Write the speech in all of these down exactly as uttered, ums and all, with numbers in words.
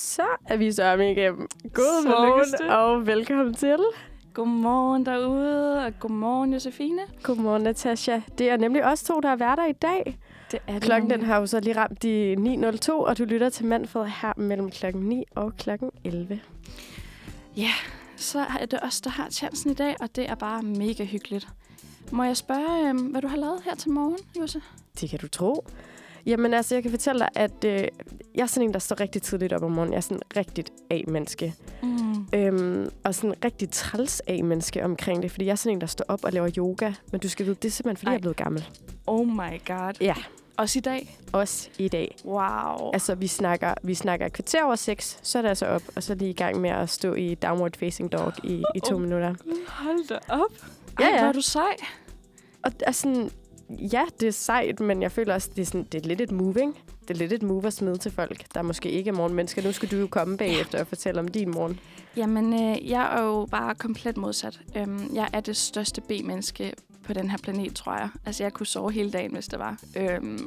Så er vi sørme igennem. Godmorgen og velkommen til. Godmorgen derude, og godmorgen Josefine. Godmorgen Natasha. Det er nemlig os to, der er værter i dag. Det er det. Klokken den har jo så lige ramt de ni nul to, og du lytter til Manfred her mellem klokken ni og klokken elleve. Ja, så er det os, der har chancen i dag, og det er bare mega hyggeligt. Må jeg spørge, øh, hvad du har lavet her til morgen, Jose? Det kan du tro. Jamen altså, jeg kan fortælle dig, at øh, jeg er sådan en, der står rigtig tidligt op om morgenen. Jeg er sådan en rigtigt A-menneske. Mm. Øhm, og sådan en rigtig træls A-menneske omkring det, fordi jeg er sådan en, der står op og laver yoga. Men du skal vide, det er simpelthen, fordi Ej. jeg er blevet gammel. Oh my god. Ja. Også i dag? Også i dag. Wow. Altså, vi snakker, vi snakker kvarter over seks, så er det altså op, og så lige i gang med at stå i downward facing dog i, i to oh. minutter. Hold da op. Ja, Ej, ja. hvor er du sej. Og altså, ja, det er sejt, men jeg føler også, det er, sådan, det er lidt et moving. Det er lidt et move at smide til folk, der måske ikke er morgenmennesker. Nu skal du jo komme bagefter og fortælle om din morgen. Jamen, øh, jeg er jo bare komplet modsat. Øhm, jeg er det største B-menneske på den her planet, tror jeg. Altså, jeg kunne sove hele dagen, hvis det var. Øhm,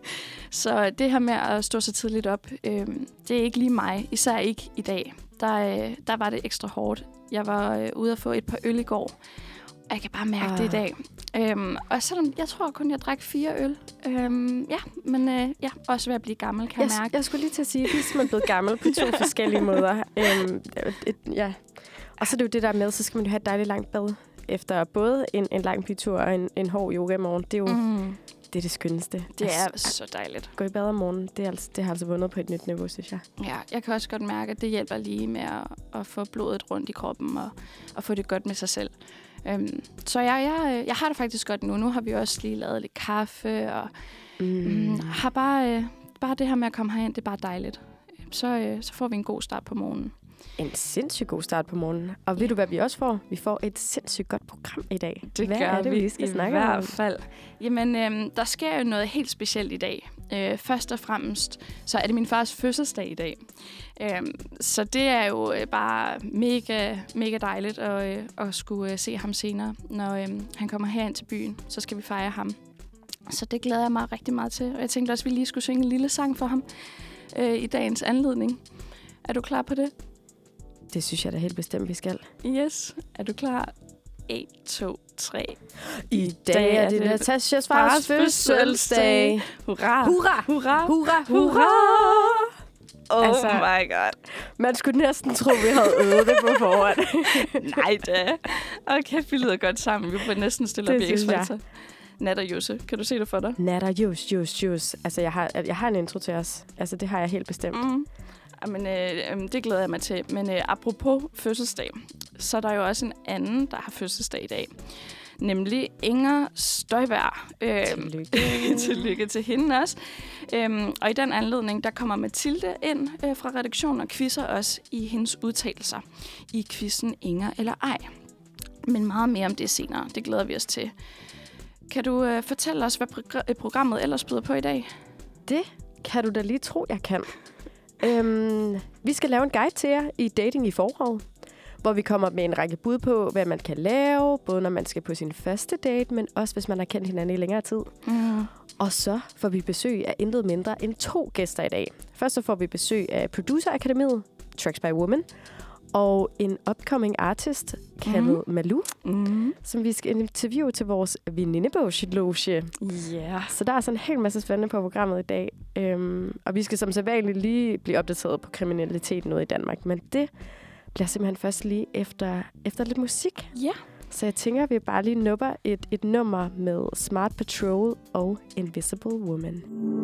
så det her med at stå så tidligt op, øhm, det er ikke lige mig. Især ikke i dag. Der, øh, der var det ekstra hårdt. Jeg var øh, ude at få et par øl i går. Og jeg kan bare mærke ah. det i dag. Øhm, og selvom jeg tror kun, jeg drak fire øl. Øhm, ja, men øh, ja, også ved at blive gammel, kan jeg, jeg mærke. Jeg skulle lige til at sige, at ligesom man er blevet gammel på to forskellige måder. Øhm, et, ja. Og så er det jo det der med, så skal man jo have et dejligt langt bad. Efter både en, en lang bytur og en, en hård yoga i morgen. Det er jo mm. det, er det skønneste. Det er altså, så dejligt. Gå i bad om morgenen, det, er altså, det har altså vundet på et nyt niveau, synes jeg. Ja, jeg kan også godt mærke, at det hjælper lige med at, at få blodet rundt i kroppen og, og få det godt med sig selv. Um, så jeg, jeg, jeg har det faktisk godt nu. Nu har vi også lige lavet lidt kaffe, og mm. Mm, har bare, øh, bare det her med at komme herind, det er bare dejligt. Så, øh, så får vi en god start på morgenen. En sindssygt god start på morgenen. Og ved ja. du, hvad vi også får? Vi får et sindssygt godt program i dag. Det hvad gør er det, vi, vi skal i snakke hvert om? fald. Jamen, øhm, der sker jo noget helt specielt i dag. Øh, først og fremmest, så er det min fars fødselsdag i dag. Øhm, så det er jo øh, bare mega, mega dejligt at, øh, at skulle øh, se ham senere. Når øh, han kommer herind til byen, så skal vi fejre ham. Så det glæder jeg mig rigtig meget til. Og jeg tænkte også, at vi lige skulle synge en lille sang for ham øh, i dagens anledning. Er du klar på det? Det synes jeg da helt bestemt, vi skal. Yes. Er du klar? et, to, tre. I dag er det Natashas fars fødselsdag. Hurra! Hurra! Hurra! Hurra! Hurra! Oh altså, my god. Man skulle næsten tro, vi havde øvet det på forhånd. Nej da. Okay, vi lyder godt sammen. Vi får næsten stille op i X-Factor. Nat og Jose, kan du se det for dig? Nat og Jose, Jose, Jose. Altså, jeg har, jeg har en intro til os. Altså, det har jeg helt bestemt. Mm. Jamen, øh, det glæder jeg mig til. Men øh, apropos fødselsdag, så er der jo også en anden, der har fødselsdag i dag. Nemlig Inger Støjberg. Øh, Tillykke. Tillykke til hende også. Øhm, og i den anledning, der kommer Mathilde ind øh, fra redaktionen og quizzer os i hendes udtalelser i quizzen Inger eller ej. Men meget mere om det senere. Det glæder vi os til. Kan du øh, fortælle os, hvad progr- programmet ellers byder på i dag? Det kan du da lige tro, jeg kan. Øhm, vi skal lave en guide til jer i Dating i foråret, hvor vi kommer med en række bud på, hvad man kan lave, både når man skal på sin første date, men også hvis man har kendt hinanden i længere tid. Mm. Og så får vi besøg af intet mindre end to gæster i dag. Først så får vi besøg af Producer Akademiet, Tracks by Woman, og en upcoming artist kaldet mm. Malou, mm. som vi skal interviewe til vores venindebogsloge. Yeah. Så der er sådan en hel masse spændende på programmet i dag. Øhm, og vi skal som sædvanligt lige blive opdateret på kriminaliteten ude i Danmark. Men det bliver simpelthen først lige efter, efter lidt musik. Ja. Yeah. Så jeg tænker, at vi bare lige nupper et, et nummer med Smart Patrol og Invisible Woman.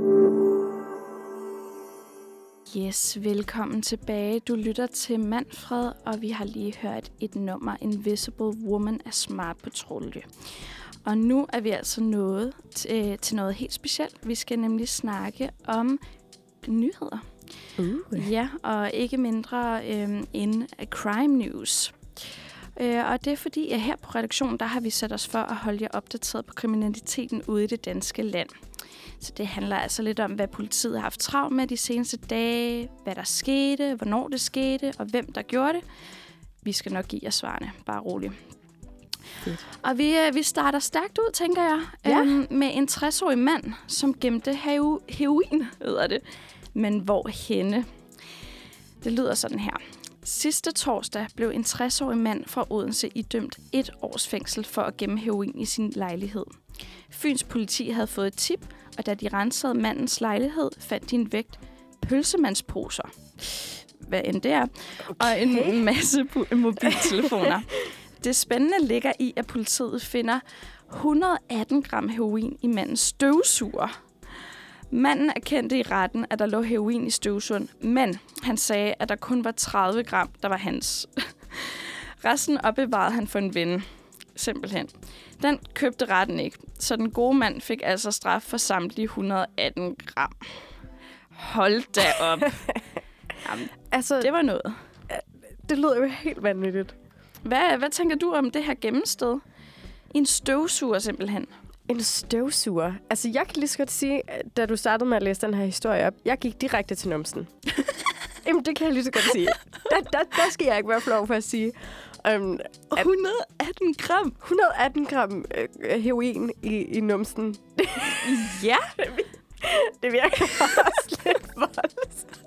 Yes, velkommen tilbage. Du lytter til Manfred, og vi har lige hørt et nummer, Invisible Woman af Smart Patrol. Og nu er vi altså nået til, til noget helt specielt. Vi skal nemlig snakke om nyheder. Uh. Ja, og ikke mindre øhm, end crime news. Øh, og det er fordi, at her på redaktionen, der har vi sat os for at holde jer opdateret på kriminaliteten ude i det danske land. Så det handler altså lidt om, hvad politiet har haft travlt med de seneste dage, hvad der skete, hvornår det skete, og hvem der gjorde det. Vi skal nok give jer svarene, bare roligt. Fedt. Og vi, vi starter stærkt ud, tænker jeg, ja. øhm, med en tres-årig mand, som gemte heo- heroin, hedder det. Men hvor henne? Det lyder sådan her. Sidste torsdag blev en tres-årig mand fra Odense idømt et års fængsel for at gemme heroin i sin lejlighed. Fyns politi havde fået et tip, og da de rensede mandens lejlighed, fandt de en vægt pølsemandsposer. Hvad end det er. Okay. Og en masse mobiltelefoner. Det spændende ligger i, at politiet finder et hundrede og atten gram heroin i mandens støvsuger. Manden erkendte i retten, at der lå heroin i støvsugeren, men han sagde, at der kun var tredive gram, der var hans. Resten opbevarede han for en ven. Simpelthen. Den købte retten ikke, så den gode mand fik altså straf for samtlige et hundrede og atten gram. Hold da op. Jamen, altså, det var noget. Det lyder jo helt vanvittigt. Hvad, hvad tænker du om det her gemmested? En støvsuger simpelthen. En støvsuger? Altså, jeg kan lige så godt sige, da du startede med at læse den her historie op, jeg gik direkte til numsen. Jamen, det kan jeg lige så godt sige. Der, der, der skal jeg ikke være flov for at sige. Um, et hundrede og atten gram? et hundrede og atten gram øh, heroin i, i numsen. Ja. Det virker også lidt voldsomt.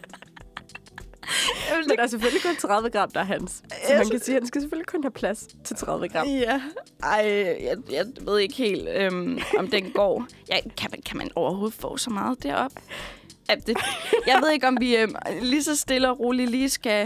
Men der er selvfølgelig kun tredive gram, der er hans. Så man kan sige, at han skal selvfølgelig kun have plads til tredive gram. Ja. Ej, jeg, jeg ved ikke helt, øhm, om den går. Ja, kan, man, kan man overhovedet få så meget derop? Det, jeg ved ikke, om vi øhm, lige så stille og roligt lige skal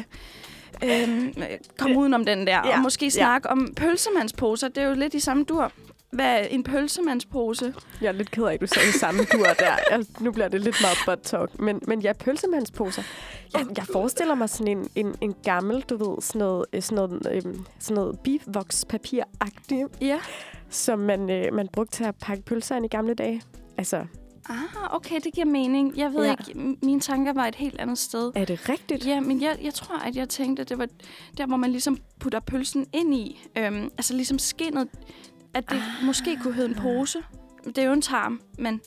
øhm, komme udenom den der. Ja. Og måske snakke ja. om pølsemandsposer. Det er jo lidt i samme dur. Hvad er en pølsemandspose? Jeg er lidt ked af, at du sagde samme dur der. Jeg, nu bliver det lidt meget butt talk. Men, men ja, pølsemandsposer. Jeg, jeg forestiller mig sådan en, en, en gammel, du ved, sådan noget, sådan noget, øhm, sådan noget bivoxpapir-agtigt. Ja. Som man, øh, man brugte til at pakke pølser i gamle dage. Altså. Ah, okay, det giver mening. Jeg ved ja. ikke, mine tanker var et helt andet sted. Er det rigtigt? Ja, men jeg, jeg tror, at jeg tænkte, at det var der, hvor man ligesom putter pølsen ind i. Øhm, altså ligesom skinnet. At det ah. måske kunne hedde en pose. Det er jo en tarm, men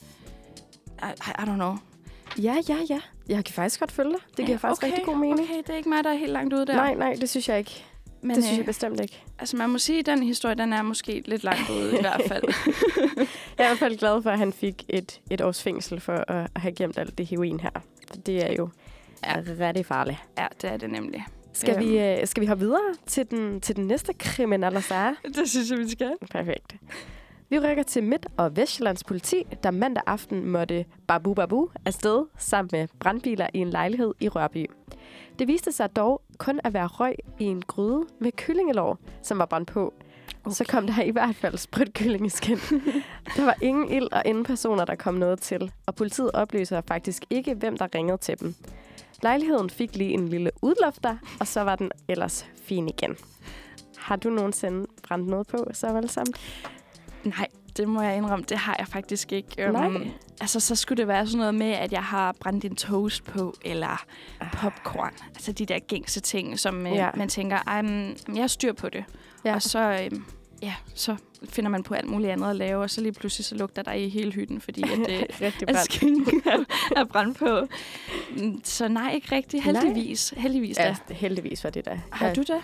I, I don't know. Ja, ja, ja. Jeg kan faktisk godt følge dig. Det giver ja, faktisk okay, rigtig god mening. Okay, det er ikke mig, der er helt langt ude der. Nej, nej, det synes jeg ikke. Men, det synes jeg bestemt ikke. Altså, man må sige, at den historie, den er måske lidt langt ude i hvert fald. Jeg er i hvert fald glad for, at han fik et, et års fængsel for at have gemt alt det heroin her. Det er jo ja. rigtig farligt. Ja, det er det nemlig. Skal, øhm. vi, øh, skal vi hoppe videre til den, til den næste kriminelle sag? Det synes jeg, vi skal. Perfekt. Vi rykker til Midt- og Vestjyllands politi, der mandag aften måtte babu babu afsted sammen med brandbiler i en lejlighed i Rørby. Det viste sig dog kun at være røg i en gryde med kyllingelår, som var brændt på. Okay. Så kom der i hvert fald sprytkylling i skin. Der var ingen ild og ingen personer, der kom noget til, og politiet oplyser faktisk ikke, hvem der ringede til dem. Lejligheden fik lige en lille udlufter, og så var den ellers fin igen. Har du nogensinde brændt noget på, så vel sammen? Nej, det må jeg indrømme. Det har jeg faktisk ikke. Nej. Um, altså, så skulle det være sådan noget med, at jeg har brændt en toast på, eller popcorn. Altså de der gængse ting, som uh, ja. man tænker, ej, men, jeg har styr på det. Ja. Og så, um, ja, så finder man på alt muligt andet at lave, og så lige pludselig så lugter der i hele hytten, fordi at det er skinken er brændt på. Så nej, ikke rigtigt. Heldigvis. Nej. Heldigvis da. Ja, heldigvis var det da. Har ja. du det?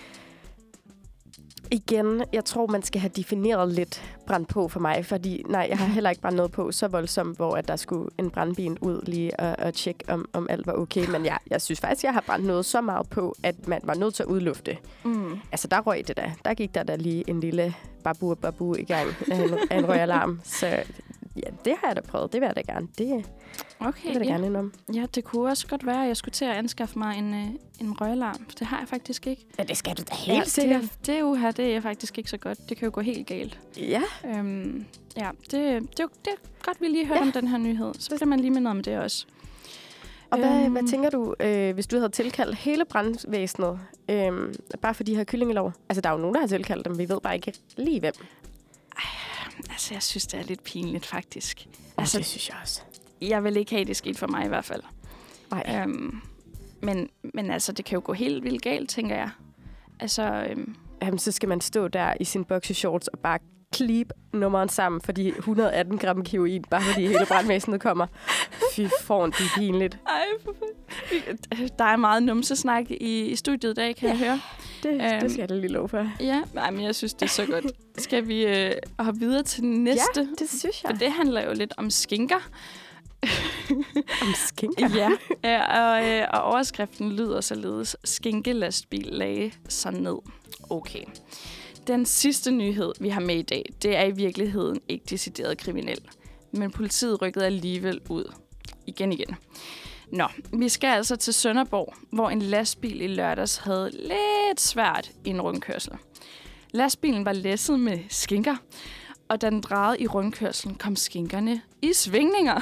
Igen, jeg tror, man skal have defineret lidt brændt på for mig, fordi nej, jeg har heller ikke brændt noget på så voldsomt, hvor at der skulle en brandbil ud lige og, og tjekke, om, om alt var okay. Men jeg, jeg synes faktisk, jeg har brændt noget så meget på, at man var nødt til at udlufte. Mm. Altså, der røg det da. Der gik der da lige en lille babu babu i gang af en, af en røgalarm. Så ja, det har jeg da prøvet. Det vil jeg da gerne. Det, okay, det vil jeg ja. gerne indom. Ja, det kunne også godt være, at jeg skulle til at anskaffe mig en, øh, en røgalarm. Det har jeg faktisk ikke. Ja, det skal du da helt ja, sikkert. Det, det uha, det er faktisk ikke så godt. Det kan jo gå helt galt. Ja. Øhm, ja, det, det, det er godt, vi lige hørte ja. om den her nyhed. Så bliver man lige med noget om det også. Og hvad, øhm, hvad tænker du, øh, hvis du havde tilkaldt hele brandvæsenet, øh, bare for de her kyllingelår? Altså, der er jo nogen, der har tilkaldt dem. Vi ved bare ikke lige, hvem. Ej, altså, jeg synes, det er lidt pinligt, faktisk. Ja, altså, det synes jeg også. Jeg vil ikke have det skidt for mig i hvert fald. Nej. Øhm, men, men altså, det kan jo gå helt vildt galt, tænker jeg. Altså, øhm, Jamen, så skal man stå der i sin boxershorts og bare klippe nummeren sammen for de et hundrede og atten gram heroin, bare fordi hele brandvæsenet kommer. Fy foran, det er pinligt. Ej, for fanden. Der er meget numsesnak i, i studiet i dag, kan ja, jeg høre. Det, øhm, det skal jeg da lige love for. Ja, nej, men jeg synes, det er så godt. Skal vi øh, hoppe videre til den næste? Ja, det synes jeg. For det handler jo lidt om skinker. Om skinker? Ja, ja og, øh, og overskriften lyder således: Skinkelastbil lagde sig ned. Okay. Den sidste nyhed, vi har med i dag, det er i virkeligheden ikke decideret kriminel. Men politiet rykkede alligevel ud. Igen igen. Nå, vi skal altså til Sønderborg, hvor en lastbil i lørdags havde lidt svært i en rundkørsel. Lastbilen var læsset med skinker, og da den drejede i rundkørslen, kom skinkerne i svingninger.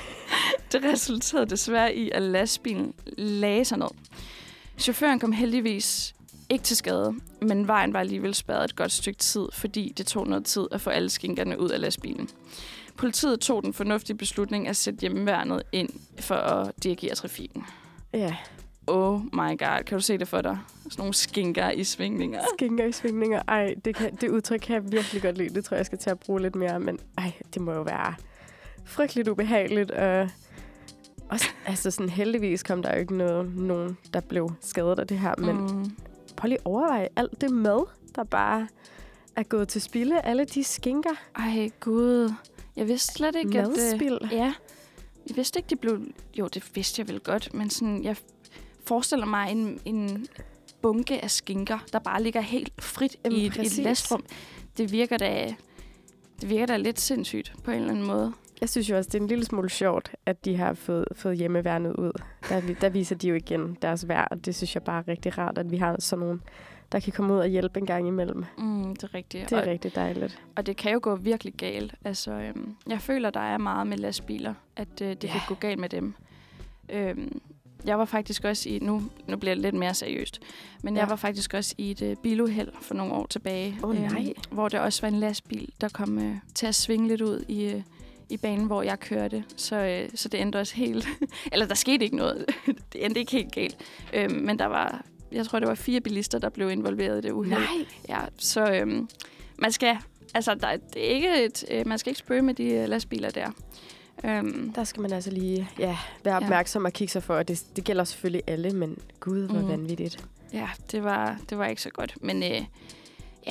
Det resulterede desværre i, at lastbilen lagde sig ned. Chaufføren kom heldigvis ikke til skade, men vejen var alligevel spærret et godt stykke tid, fordi det tog noget tid at få alle skinkerne ud af lastbilen. Politiet tog den fornuftige beslutning at sætte hjemmeværnet ind for at dirigere trafikken. Ja. Yeah. Oh my god, kan du se det for dig? Sådan nogle skinker i svingninger. Skinker i svingninger. Ej, det, kan, det udtryk kan jeg virkelig godt lide. Det tror jeg, jeg skal til at bruge lidt mere. Men ej, det må jo være frygteligt ubehageligt. Og også, altså sådan heldigvis kom der jo ikke noget, nogen, der blev skadet af det her. Men mm. prøv lige at overveje alt det mad, der bare er gået til spilde. Alle de skinker. Ej, gud. Jeg vidste slet ikke, Madspil. at... Ja. Jeg vidste ikke, det blev... Jo, det vidste jeg vel godt, men sådan... Jeg forestiller mig en, en bunke af skinker, der bare ligger helt frit Jamen, i et, et lastrum. Det virker da... Det virker da lidt sindssygt på en eller anden måde. Jeg synes jo også, det er en lille smule sjovt, at de har fået, fået hjemmeværnet ud. Der, der viser de jo igen deres værd, og det synes jeg bare er rigtig rart, at vi har sådan nogen, der kan komme ud og hjælpe en gang imellem. Mm, det er rigtigt. Det er og, rigtig dejligt. Og det kan jo gå virkelig galt. Altså, øhm, jeg føler, der er meget med lastbiler, at øh, det yeah. kan gå galt med dem. Øhm, jeg var faktisk også i... Nu, nu bliver det lidt mere seriøst. Men ja. jeg var faktisk også i et øh, biluheld for nogle år tilbage. Åh oh, nej. Øh, hvor der også var en lastbil, der kom øh, til at svinge lidt ud i... Øh, i banen, hvor jeg kørte. Så, øh, så det endte også helt... Eller der skete ikke noget. Det endte ikke helt galt. Øhm, men der var... Jeg tror, det var fire bilister, der blev involveret i det uheld. Nej! Ja, så øhm, man skal... Altså, der, det er ikke et, øh, man skal ikke spøge med de øh, lastbiler der. Øhm, der skal man altså lige ja, være opmærksom ja. og kigge sig for. Det, det gælder selvfølgelig alle, men gud, hvor mm. vanvittigt. Ja, det var, det var ikke så godt. Men øh, ja...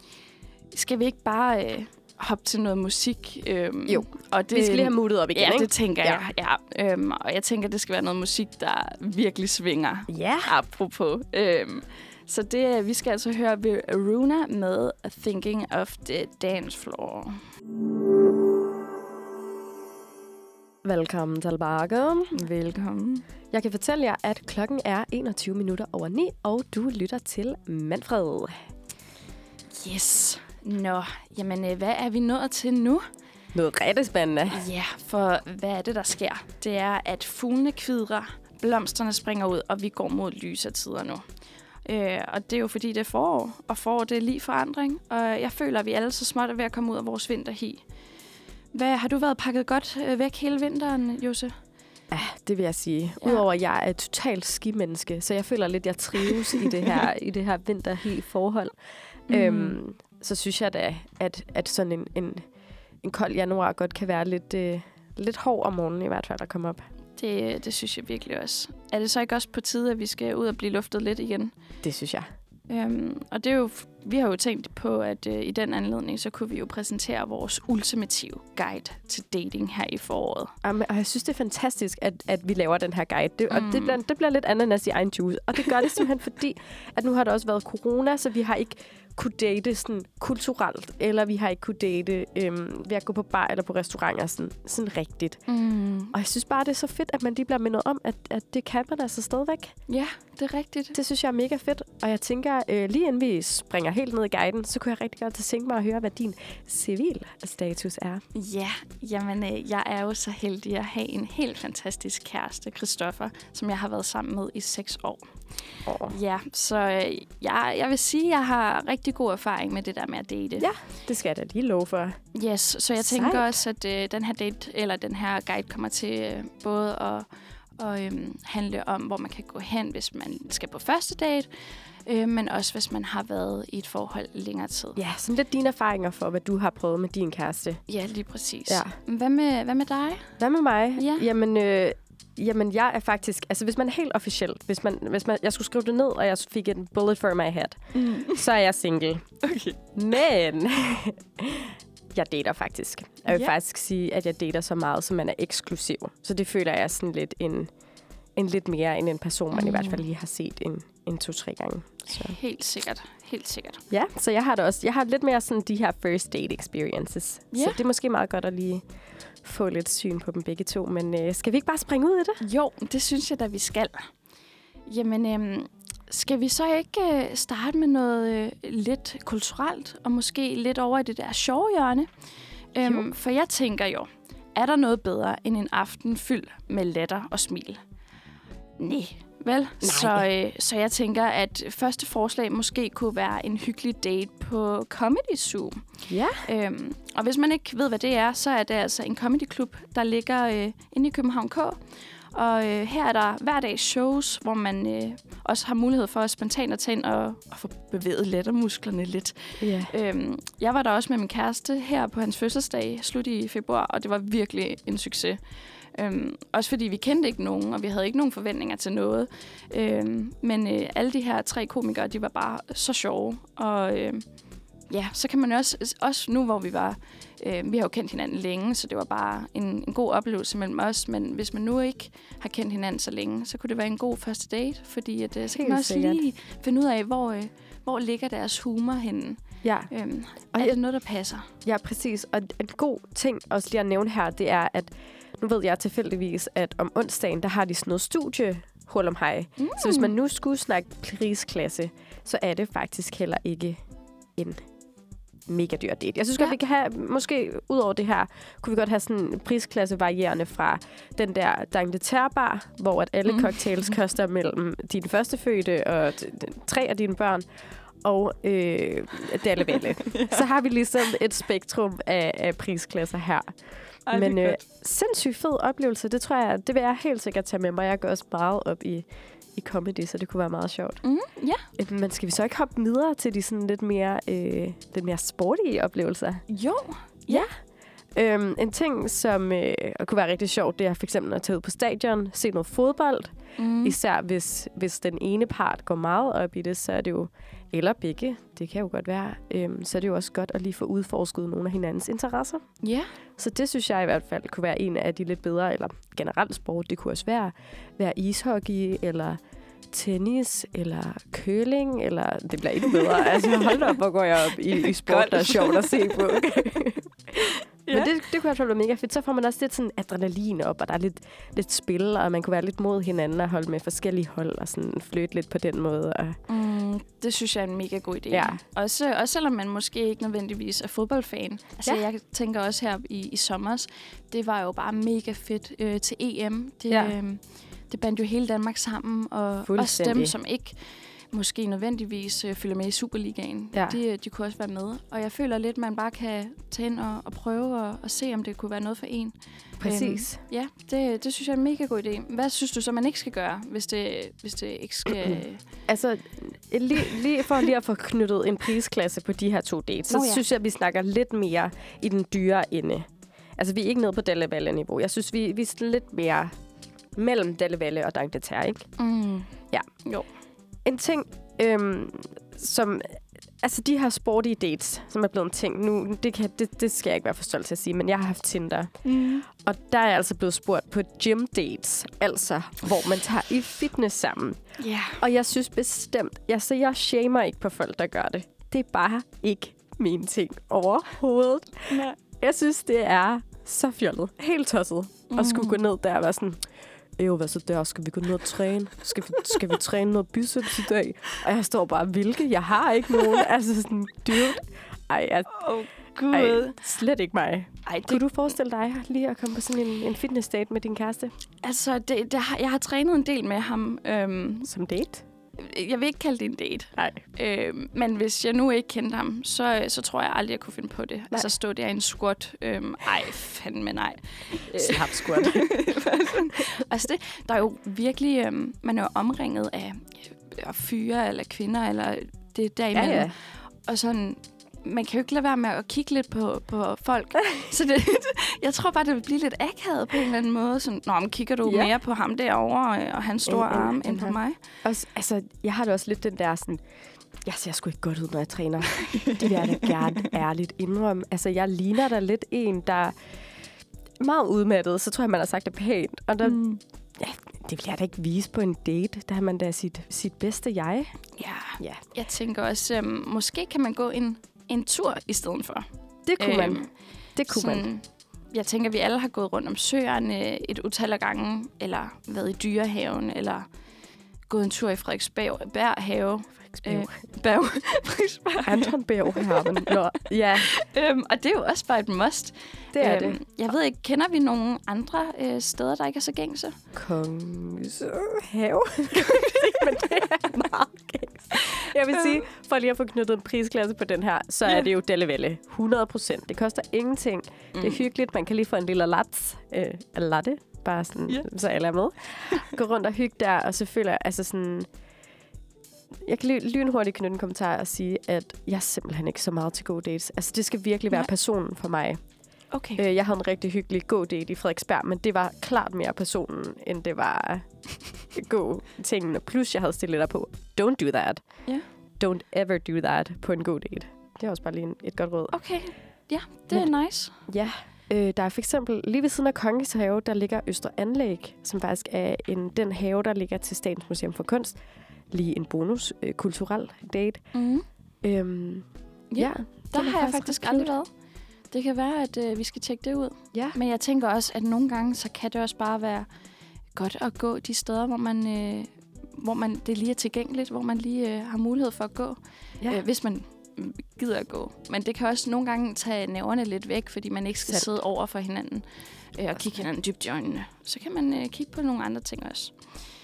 Skal vi ikke bare... Øh, hoppe til noget musik. Øhm, jo, og det, vi skal lige have moodet op igen, ja, ikke? det tænker ja. jeg. Ja. Øhm, og jeg tænker, det skal være noget musik, der virkelig svinger. Ja. Apropos. Øhm, så det, vi skal altså høre Verona med Thinking of the Dance Floor. Velkommen tilbage. Velkommen. Jeg kan fortælle jer, at klokken er enogtyve minutter over ni, og du lytter til Manfred. Yes. Nå, jamen, hvad er vi nået til nu? Noget rigtig spændende. Ja, for hvad er det, der sker? Det er, at fuglene kvidrer, blomsterne springer ud, og vi går mod lysere tider nu. Øh, og det er jo fordi, det er forår, og forår det er lige forandring. Og jeg føler, at vi alle så småt er ved at komme ud af vores vinterhi. Hvad, har du været pakket godt øh, væk hele vinteren, Jose? Ja, det vil jeg sige. Ja. Udover at jeg er et totalt skimenneske, så jeg føler lidt, at jeg trives i det her, i det her vinterhi-forhold. Mm. Øhm, så synes jeg da, at, at sådan en, en, en kold januar godt kan være lidt, øh, lidt hård om morgenen i hvert fald at komme op. Det, det synes jeg virkelig også. Er det så ikke også på tide, at vi skal ud og blive luftet lidt igen? Det synes jeg. Øhm, og det er jo, vi har jo tænkt på, at øh, i den anledning, så kunne vi jo præsentere vores ultimative guide til dating her i foråret. Jamen, og jeg synes, det er fantastisk, at, at vi laver den her guide. Det, mm. Og det bliver, det bliver lidt ananas i egen juice. Og det gør det simpelthen fordi, at nu har der også været corona, så vi har ikke kunne date sådan kulturelt, eller vi har ikke kunne date øhm, ved at gå på bar eller på restauranter sådan, sådan rigtigt. Mm. Og jeg synes bare, det er så fedt, at man lige bliver mindet om, at, at det kan man altså stadigvæk. Ja, det er rigtigt. Det synes jeg er mega fedt. Og jeg tænker, øh, lige inden vi springer helt ned i guiden, så kunne jeg rigtig godt tænke mig at høre, hvad din civilstatus er. Ja, jamen øh, jeg er jo så heldig at have en helt fantastisk kæreste, Christoffer, som jeg har været sammen med i seks år. Oh. Ja, så øh, jeg, jeg vil sige, at jeg har rigtig god erfaring med det der med at date. Ja, det skal jeg da lige love for. Yes, så jeg Sejt. tænker også, at øh, den her date, eller den her guide kommer til øh, både at og, øhm, handle om, hvor man kan gå hen, hvis man skal på første date, øh, men også hvis man har været i et forhold længere tid. Ja, sådan lidt dine erfaringer for, hvad du har prøvet med din kæreste. Ja, lige præcis. Ja. Hvad med, hvad med dig? Hvad med mig? Ja. Jamen, øh, jamen, jeg er faktisk... Altså, hvis man er helt officiel, hvis man, hvis man, jeg skulle skrive det ned, og jeg fik en bullet for my head, mm. så er jeg single. Okay. Men jeg dater faktisk. Jeg vil Ja. faktisk sige, at jeg dater så meget, som man er eksklusiv. Så det føler jeg sådan lidt en, en lidt mere end en person, man mm. i hvert fald lige har set en, en to-tre gange. Så. Helt sikkert. Helt sikkert. Ja, så jeg har det også. Jeg har lidt mere sådan de her first date experiences. Ja. Så det er måske meget godt at lige få lidt syn på dem begge to. Men øh, skal vi ikke bare springe ud i det? Jo, det synes jeg da, vi skal. Jamen, øhm, skal vi så ikke øh, starte med noget øh, lidt kulturelt, og måske lidt over i det der sjove hjørne? Øhm, for jeg tænker jo, er der noget bedre end en aften fyldt med latter og smil? Nej, vel? Så, øh, så jeg tænker, at første forslag måske kunne være en hyggelig date på Comedy Zoo. Ja. Øhm, og hvis man ikke ved, hvad det er, så er det altså en comedyklub, der ligger øh, inde i København K. Og øh, her er der hver dag shows, hvor man øh, også har mulighed for at spontant at tage ind og, og få bevæget lettermusklerne lidt. Yeah. Øhm, jeg var der også med min kæreste her på hans fødselsdag, slut i februar, og det var virkelig en succes. Øhm, også fordi vi kendte ikke nogen, og vi havde ikke nogen forventninger til noget. Øhm, men øh, alle de her tre komikere, de var bare så sjove. Og øh, ja, så kan man også, også nu hvor vi var, øh, vi har jo kendt hinanden længe, så det var bare en, en god oplevelse mellem os. Men hvis man nu ikke har kendt hinanden så længe, så kunne det være en god første date, fordi at, øh, så kan man også sikkert. lige finde ud af, hvor, øh, hvor ligger deres humor henne. Ja. Øhm, Og er jeg- det noget, der passer? Ja, præcis. Og en god ting også lige at nævne her, det er, at nu ved jeg tilfældigvis, at om onsdagen, der har de sådan noget studie hul om hej. Mm. Så hvis man nu skulle snakke prisklasse, så er det faktisk heller ikke en mega dyr date. Jeg synes Ja. godt, vi kan have, måske ud over det her, kunne vi godt have sådan en prisklasse varierende fra den der d'Angleterre-bar, hvor at alle Mm. cocktails koster mellem din førstefødte og t- t- tre af dine børn, og øh, Dalle Valle. Så har vi ligesom et spektrum af, af prisklasser her. Ej, det er Men øh, godt. sindssygt fed oplevelse, det tror jeg, det vil jeg helt sikkert tage med mig. Jeg går også meget op i, i comedy, så det kunne være meget sjovt. Mm, ja. Øh, Men skal vi så ikke hoppe videre til de sådan lidt mere, øh, lidt mere sportige oplevelser? Jo. Øhm, en ting, som øh, kunne være rigtig sjovt, det er for eksempel at tage ud på stadion, se noget fodbold. Mm. Især hvis, hvis den ene part går meget op i det, så er det jo, eller begge, det kan jo godt være, øhm, så er det jo også godt at lige få udforsket nogle af hinandens interesser. Ja. Så det synes jeg i hvert fald kunne være en af de lidt bedre, eller generelt sport. Det kunne også være, være ishockey, eller tennis, eller curling, eller det bliver endnu bedre. Altså hold op, hvor går jeg op i, i sport, der er sjovt at se på. Ja. Men det, det kunne i hvert fald være mega fedt. Så får man også lidt sådan adrenalin op, og der er lidt, lidt spil, og man kunne være lidt mod hinanden og holde med forskellige hold, og sådan flytte lidt på den måde. Og Mm, det synes jeg er en mega god idé. Ja. Også, også selvom man måske ikke nødvendigvis er fodboldfan. Altså, Ja. jeg tænker også her i, i sommers, det var jo bare mega fedt øh, til E M. Det, Ja. øh, det bandt jo hele Danmark sammen, og også Fuldstændig. dem, som ikke måske nødvendigvis øh, følger med i Superligaen. Ja. De, de kunne også være med. Og jeg føler lidt, man bare kan tage ind og, og prøve og, og se, om det kunne være noget for en. præcis. Øhm, ja, det, det synes jeg er en mega god idé. Hvad synes du så, man ikke skal gøre, hvis det, hvis det ikke skal... Altså, lige, lige for lige at få knyttet en prisklasse på de her to dates, så Nå ja. synes jeg, at vi snakker lidt mere i den dyre ende. Altså, vi er ikke nede på Dalle Valle-niveau. Jeg synes, vi, vi er sådan lidt mere mellem Dalle Valle og d'Angleterre, ikke? Mm. Ja. Jo. En ting, øhm, som... Altså, de her sportige dates, som er blevet en ting. Nu, det, kan, det, det skal jeg ikke være for stolt til at sige, men jeg har haft Tinder. Mm. Og der er jeg altså blevet spurgt på gym dates, altså hvor man tager i fitness sammen. Ja. Yeah. Og jeg synes bestemt, jeg, så jeg shamer ikke på folk, der gør det. Det er bare ikke min ting overhovedet. Nej. Jeg synes, det er så fjollet. Helt tosset. Mm. At skulle gå ned der og være sådan, jo, hvad så der? Skal vi gå ned og træne? Skal vi, skal vi træne noget biceps i dag? Og jeg står bare, hvilke? Jeg har ikke nogen. Altså sådan, dude. Ej, jeg, Åh, Gud. ej, slet ikke mig. Ej, det, Kunne du forestille dig lige at komme på sådan en, en fitness date med din kæreste? altså, det, det har, jeg har trænet en del med ham. Øhm, Som date? jeg vil ikke kalde det en date. Nej. Øhm, men hvis jeg nu ikke kendte ham, så, så tror jeg aldrig, jeg kunne finde på det. Nej. Altså stå der i en squat. Øhm, ej, fandme nej. Slap squat. altså det, der er jo virkelig, øhm, man er jo omringet af, af fyre eller kvinder, eller det derimellem. Ja, ja. Og sådan, man kan jo ikke lade være med at kigge lidt på, på folk. Så det, jeg tror bare, det vil blive lidt akavet på en eller anden måde. Sådan, nå, men kigger du ja. mere på ham derovre og hans store arm end, end på mig? Også, altså, jeg har da også lidt den der sådan... Jeg ser sgu ikke godt ud, når jeg træner. Det vil jeg da gerne ærligt indrømme. Altså, jeg ligner da lidt en, der er meget udmattet. Så tror jeg, man har sagt det pænt. Og der, mm. ja, det vil jeg da ikke vise på en date. Der har man da sit, sit bedste jeg. Ja, ja. Jeg tænker også, øhm, måske kan man gå en, en tur i stedet for. Det kunne øhm, man. Det kunne sådan, man. Jeg tænker, vi alle har gået rundt om søerne et utal af gange, eller været i Dyrehaven, eller gået en tur i Frederiksberg have. Øh, Berg. Anton Berghaven. Nå, ja. Øhm, og det er jo også bare et must. Det er øhm, det. Jeg ved ikke, kender vi nogle andre øh, steder, der ikke er så gængse? Kongens have. Men det er meget gængse. Jeg vil sige, for lige at få knyttet en prisklasse på den her, så er det jo Dellevelle. hundrede procent. Det koster ingenting. Mm. Det er hyggeligt. Man kan lige få en lille latte. Øh, latte. Bare sådan, yeah. så alle er med. Gå rundt og hygge der, og så føler jeg, altså sådan... Jeg kan lynhurtigt knytte en kommentar og sige, at jeg er simpelthen ikke så meget til go dates. Altså, det skal virkelig være ja. personen for mig. Okay. Øh, jeg havde en rigtig hyggelig go date i Frederiksberg, men det var klart mere personen, end det var gå tingene. Plus, jeg havde stillet der på, don't do that. Yeah. Don't ever do that på en go date. Det er også bare lige en, et godt råd. Okay, ja, det men, er nice. Ja, øh, der er for eksempel lige ved siden af Kongens Have, der ligger Østre Anlæg, som faktisk er en, den have, der ligger til Statens Museum for Kunst. Lige en bonus øh, kulturel date. Mm. Øhm, ja, ja der har jeg faktisk aldrig været. Det kan være, at øh, vi skal tjekke det ud. Ja. Men jeg tænker også, at nogle gange, så kan det også bare være godt at gå de steder, hvor man, øh, hvor man det lige er tilgængeligt, hvor man lige øh, har mulighed for at gå, ja. øh, hvis man gider at gå. Men det kan også nogle gange tage nerverne lidt væk, fordi man ikke skal Selv. sidde over for hinanden øh, og kigge hinanden dybt i øjnene. Så kan man øh, kigge på nogle andre ting også.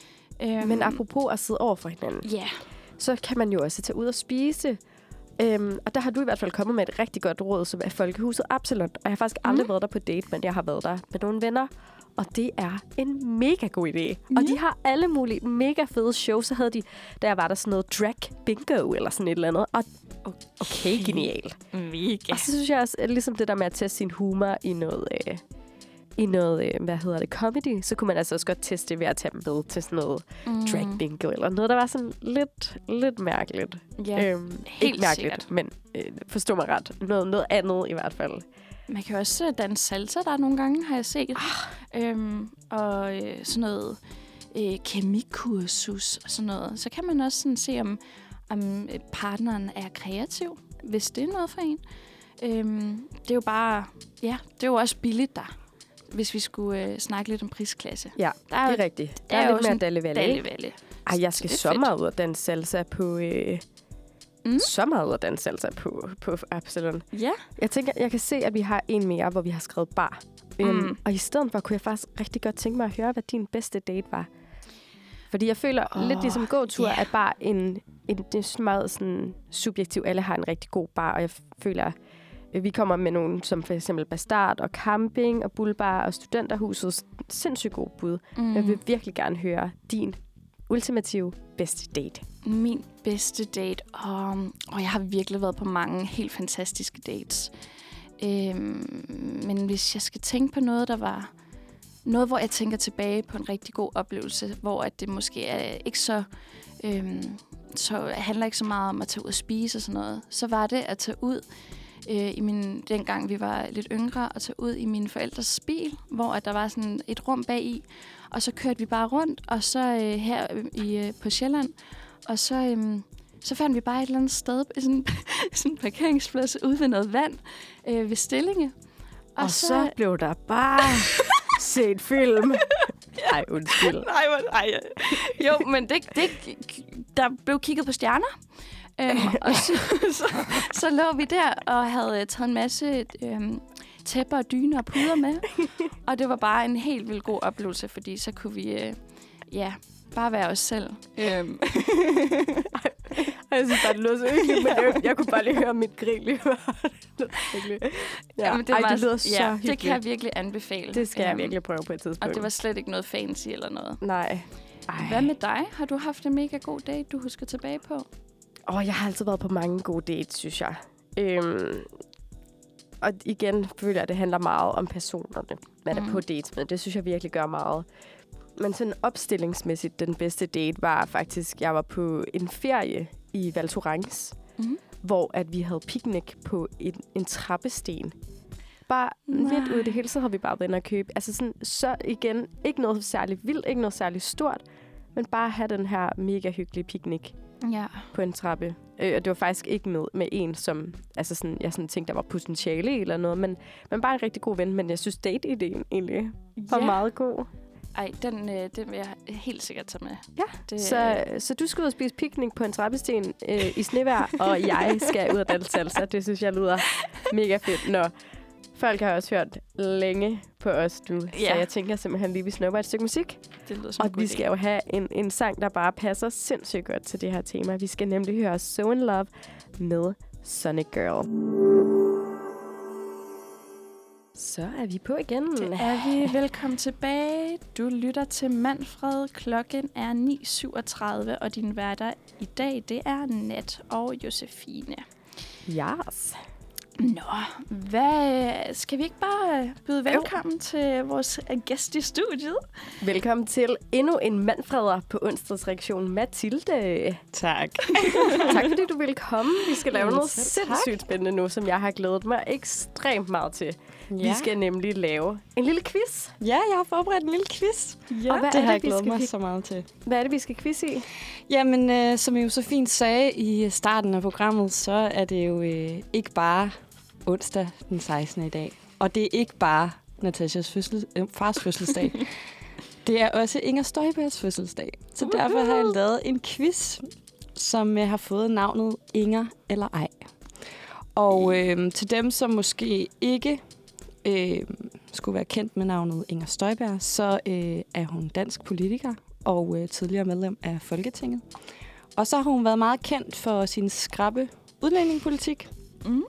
Øhm, Men apropos at sidde over for hinanden, yeah. så kan man jo også tage ud og spise. Øhm, og der har du i hvert fald kommet med et rigtig godt råd, som er Folkehuset Absalon. Og jeg har faktisk aldrig mm. været der på date, men jeg har været der med nogle venner. Og det er en mega god idé. Mm. Og de har alle mulige mega fede shows. Så havde de, da jeg var der sådan noget drag bingo eller sådan et eller andet. Og okay, okay genialt. Mega. Og så synes jeg også, at ligesom det der med at teste sin humor i noget... Øh, i noget, hvad hedder det, comedy, så kunne man altså også godt teste ved at tage dem med til sådan noget mm. drag bingo, eller noget, der var sådan lidt, lidt mærkeligt. Ja, øhm, ikke mærkeligt, sikkert. Men øh, forstå mig ret. Noget, noget andet i hvert fald. Man kan også danse salsa, der nogle gange, har jeg set. Ah. Øhm, og øh, sådan noget øh, kemikursus og sådan noget. Så kan man også sådan se, om, om partneren er kreativ, hvis det er noget for en. Øhm, det er jo bare, ja, det er jo også billigt der. Hvis vi skulle øh, snakke lidt om prisklasse. Ja, der er det er rigtigt. Der er, er lidt mere Dellevelle. Dellevelle. Ej, jeg skal så meget ud af danse salsa på... Øh, mm. Så meget ud af danse salsa på, på Absalon. Ja. Jeg tænker, jeg kan se, at vi har en mere, hvor vi har skrevet bar. Mm. Um, og i stedet for kunne jeg faktisk rigtig godt tænke mig at høre, hvad din bedste date var. Fordi jeg føler oh, lidt ligesom gåtur, yeah. at bare en, en, det er meget sådan subjektiv. Alle har en rigtig god bar, og jeg føler... Vi kommer med nogle som for eksempel Bastard og Camping og Bullbar og Studenterhuset. Sindssygt god bud. Mm. Jeg vil virkelig gerne høre din ultimative bedste date. Min bedste date? Og, og jeg har virkelig været på mange helt fantastiske dates. Øhm, men hvis jeg skal tænke på noget, der var... Noget, hvor jeg tænker tilbage på en rigtig god oplevelse, hvor at det måske er ikke så... Øhm, så handler ikke så meget om at tage ud og spise og sådan noget. Så var det at tage ud... I min, dengang vi var lidt yngre, og tage ud i mine forældres bil, hvor at der var sådan et rum bag i, og så kørte vi bare rundt, og så øh, her i, øh, på Sjælland, og så, øh, så fandt vi bare et eller andet sted, sådan, sådan en parkeringsplads ude ved noget vand øh, ved Stillinge. Og, og så, så blev der bare set film. Ej, undskyld. Nej, nej. Jo, men det, det, der blev kigget på stjerner. Øhm, og så, så, så lå vi der og havde taget en masse øhm, tæpper og dyner og puder med. Og det var bare en helt vildt god oplevelse, fordi så kunne vi øh, ja, bare være os selv. Øhm. Jeg synes bare, det lød så hyggeligt, men jeg, jeg kunne bare lige høre mit grin lige før. Ja, men det, Ej, det lyder så ja, hyggeligt. Det kan jeg virkelig anbefale. Det skal um, jeg virkelig prøve på et tidspunkt. Og det var slet ikke noget fancy eller noget. Nej. Ej. Hvad med dig? Har du haft en mega god date, du husker tilbage på? Åh, oh, jeg har altid været på mange gode dates, synes jeg. Øhm, og igen føler jeg, at det handler meget om personerne, man Mm. er på dates med. Det synes jeg virkelig gør meget. Men sådan opstillingsmæssigt, den bedste date var faktisk, jeg var på en ferie i Val Thorens, Mm. hvor at vi havde picnic på en, en trappesten. Bare Nej. midt ude i det hele, så havde vi bare været inde og købe. Altså sådan, så igen, ikke noget særligt vildt, ikke noget særligt stort, men bare have den her mega hyggelige picnic Ja. på en trappe. Øh, og det var faktisk ikke med, med en, som altså sådan, jeg sådan tænkte, der var potentiale i eller noget, men, men bare en rigtig god ven. Men jeg synes, date-ideen egentlig var Ja. meget god. Ej, den, øh, den vil jeg helt sikkert tage med. Ja, Det, så, så du skal ud og spise picnic på en trappesten øh, i snevejr, og jeg skal ud og danse salsa. Det synes jeg lyder mega fedt. Nå, folk har også hørt længe på os nu, Ja. så jeg tænker simpelthen lige, vi snupper et stykke musik. det lyder som en Og god vi idé. skal jo have en, en sang, der bare passer sindssygt godt til det her tema. Vi skal nemlig høre So In Love med Sonic Girl. Så er vi på igen. Det er vi. Velkommen tilbage. Du lytter til Manfred. Klokken er ni syvogtredive, og din værter i dag, det er Nat og Josefine. Yes. Nå, hvad, skal vi ikke bare byde velkommen jo. til vores gæst i studiet? Velkommen til endnu en Manfreder på onsdagsreaktion, Mathilde. Tak. Tak fordi du ville komme. Vi skal lave Jamen, noget selv sindssygt spændende nu, som jeg har glædet mig ekstremt meget til. Ja. Vi skal nemlig lave en lille quiz. Ja, jeg har forberedt en lille quiz. Ja, og hvad det er har det, jeg vi glædet skal mig vi- så meget til. Hvad er det, vi skal quiz i? Jamen, øh, som I så fint sagde i starten af programmet, så er det jo øh, ikke bare onsdag den sekstende i dag. Og det er ikke bare Natashas fødsel, øh, fars fødselsdag. Det er også Inger Støjbergs fødselsdag. Så Uhuh. derfor har jeg lavet en quiz, som øh, har fået navnet Inger eller ej. Og øh, til dem, som måske ikke øh, skulle være kendt med navnet Inger Støjberg, så øh, er hun dansk politiker og øh, tidligere medlem af Folketinget. Og så har hun været meget kendt for sin skrappe udlændingepolitik. Mm.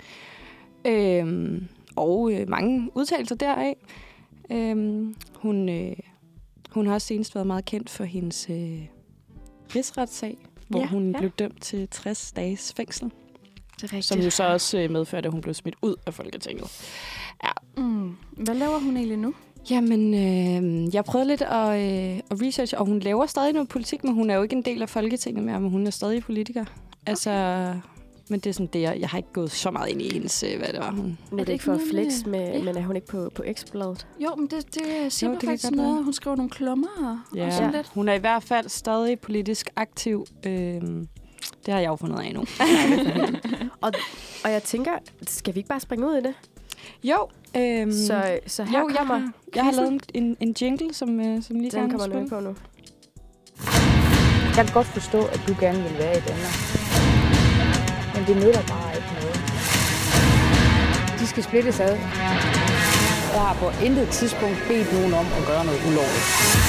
Øhm, og øh, mange udtalelser deraf. Øhm, hun, øh, hun har også senest været meget kendt for hendes øh, rigsretssag, hvor Ja, hun ja. blev dømt til tres dages fængsel. Det er rigtigt. Som jo så også øh, medførte, at hun blev smidt ud af Folketinget. Mm. Hvad laver hun egentlig nu? Jamen, øh, jeg prøvede lidt at, øh, at researche, og hun laver stadig noget politik, men hun er jo ikke en del af Folketinget mere, men hun er stadig politiker. Okay. Altså, men det er sådan det, jeg, jeg har ikke gået så meget ind i hendes, øh, hvad det var. Hun. Nu er det det ikke for at ikke noget flex, med- med, Ja. men er hun ikke på, på Ekstrabladet? Jo, men det, det siger Jo, mig det kan faktisk godt noget. være. Hun skriver nogle klummer og, Ja, og sådan lidt. hun er i hvert fald stadig politisk aktiv. Øh, det har jeg jo fundet af nu. og, og jeg tænker, skal vi ikke bare springe ud i det? Jo, øhm, Så, så her jo, jeg kommer har, jeg har quizzen. lavet en, en jingle, som, øh, som lige Den gerne kommer spille. nu på nu. Jeg kan godt forstå, at du gerne vil være i Danmark. Men det nytter bare ikke noget. De skal splittes ad. Jeg har på intet tidspunkt bedt nogen om at gøre noget ulovligt.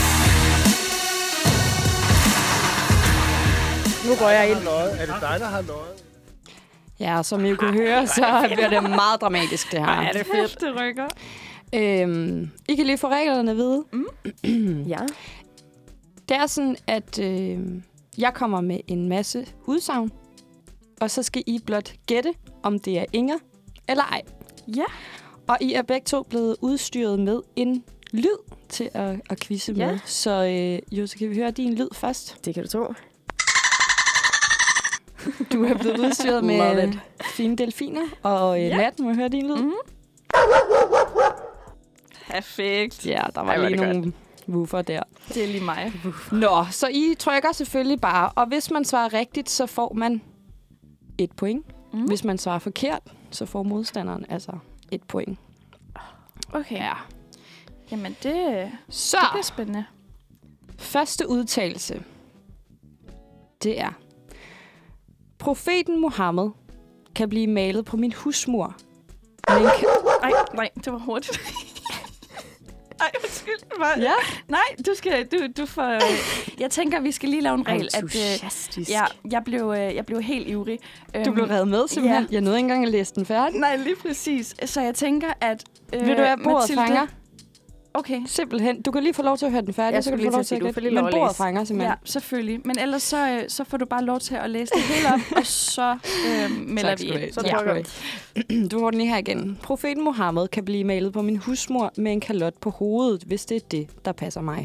Nu går jeg ind. Er det dig, der har løjet? Ja, og som I kunne høre, så bliver det meget dramatisk, det her. Ej, er det fedt. Det rykker. Øhm, I kan lige få reglerne at vide. Ja. Det er sådan, at øh, jeg kommer med en masse udsagn, og så skal I blot gætte, om det er Inger eller ej. Ja. Og I er begge to blevet udstyret med en lyd til at, at quizze Ja. med. Så øh, jo, så kan vi høre din lyd først. Det kan du tro. Du er blevet udstyret Love med it. fine delfiner, og øh, Ja. Nat, må jeg høre din lyd? Mm. Perfekt. Ja, der var Ej, hvor er lige det nogle woofer der. Det er lige mig. Nå, så I trykker selvfølgelig bare, og hvis man svarer rigtigt, så får man et point. Mm. Mm. Hvis man svarer forkert, så får modstanderen altså et point. Okay. Ja. Jamen, det, Så, det bliver spændende. første udtalelse, det er: Profeten Muhammed kan blive malet på min husmur. Men kan... Nej, nej, det var hurtigt. Ej, undskyld. Hvad? Ja, Nej, du skal, du, du får... Øh, jeg tænker, vi skal lige lave en regel. At, øh, Entusiastisk. ja, jeg blev, øh, jeg blev helt ivrig. du blev revet med simpelthen. ja. Jeg nåede ikke engang at læse den færdig. Nej, lige præcis. Så jeg tænker, at... Øh, Vil du have bordet Mathilde, fanger? Okay. Simpelthen. Du kan lige få lov til at høre den færdig, Jeg så kan skulle du få lige lov til til at at sige, du får gætte. lige lov Men at bordet læse. fanger simpelthen. Ja, selvfølgelig. Men ellers så, øh, så får du bare lov til at læse det hele op, og så øh, melder Tak vi skal du have. ind. Så Tak trykker skal du have. Du får den lige her igen. Profeten Mohammed kan blive malet på min husmor med en kalot på hovedet, hvis det er det, der passer mig.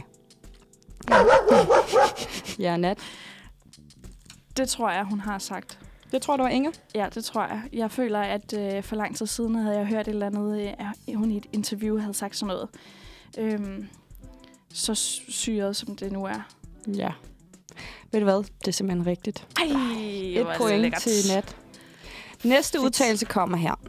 Ja, Nat. Det tror jeg, hun har sagt. Det tror du var Inger? Ja, det tror jeg. Jeg føler, at øh, for lang tid siden havde jeg hørt et eller andet, øh, hun i et interview havde sagt sådan noget. Øhm, så syret, som det nu er. Ja. Ved du hvad? Det er simpelthen rigtigt. Ej, Et point til Nat. Næste udtalelse kommer her.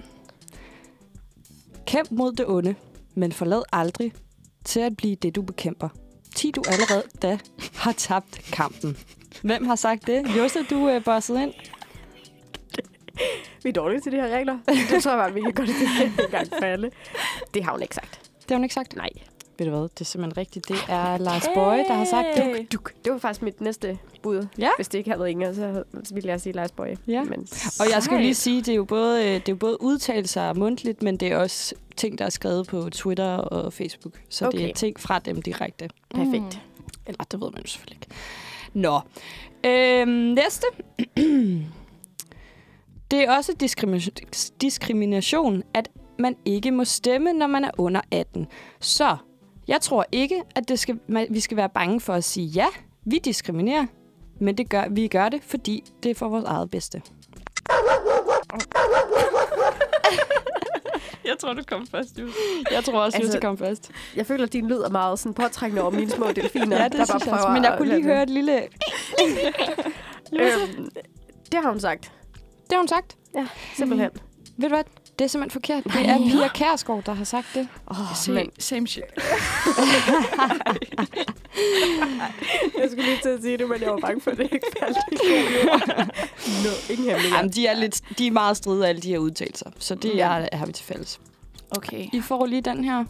Kæmp mod det onde, men forlad aldrig til at blive det, du bekæmper. Ti du allerede da har tabt kampen. Hvem har sagt det? Josse, du er bosset ind. Vi er dårlige til de her regler. Det tror jeg bare, vi kan godt det en gang for alle. Det har hun ikke sagt. Det har hun ikke sagt. Nej. Ved du hvad? Det er simpelthen rigtigt. Det er Lars Boye, der har sagt det. Duk, duk. Det var faktisk mit næste bud. Ja. Hvis det ikke havde været Inger, så ville jeg sige Lars Boye. Ja. Men Og jeg skal jo lige sige, det er jo både, det er jo både udtalelser mundtligt, men det er også ting, der er skrevet på Twitter og Facebook. Så okay. det er Okay. ting fra dem direkte. perfekt. Mm. Eller, det ved man jo selvfølgelig ikke. Nå. Øhm, næste. Det er også diskrimination, diskrimination, at man ikke må stemme, når man er under atten. Så jeg tror ikke, at det skal, vi skal være bange for at sige, ja, vi diskriminerer, men det gør, vi gør det, fordi det er for vores eget bedste. Jeg tror, du kom først ud. Jeg tror også, Altså, at kom først. Jeg føler, at din lyd er meget sådan påtrækkende over mine små delfiner. Ja, det der synes bare jeg også. prøver Men jeg at kunne lige lade høre et lille... øhm, det har hun sagt. Det har hun sagt. Ja, simpelthen. Mm. Ved du hvad? Det er simpelthen forkert. Det er Pia Kjærsgaard, der har sagt det. Oh, Same, same shit. jeg skulle lige til at sige det, men jeg var bange for, at det ikke faldt i Nå, ingen hemmeligheder. Jamen, de er, lidt, de er meget stride, alle de her udtalelser. Så det Ja. er, har vi til fælles. Okay. I får lige den her.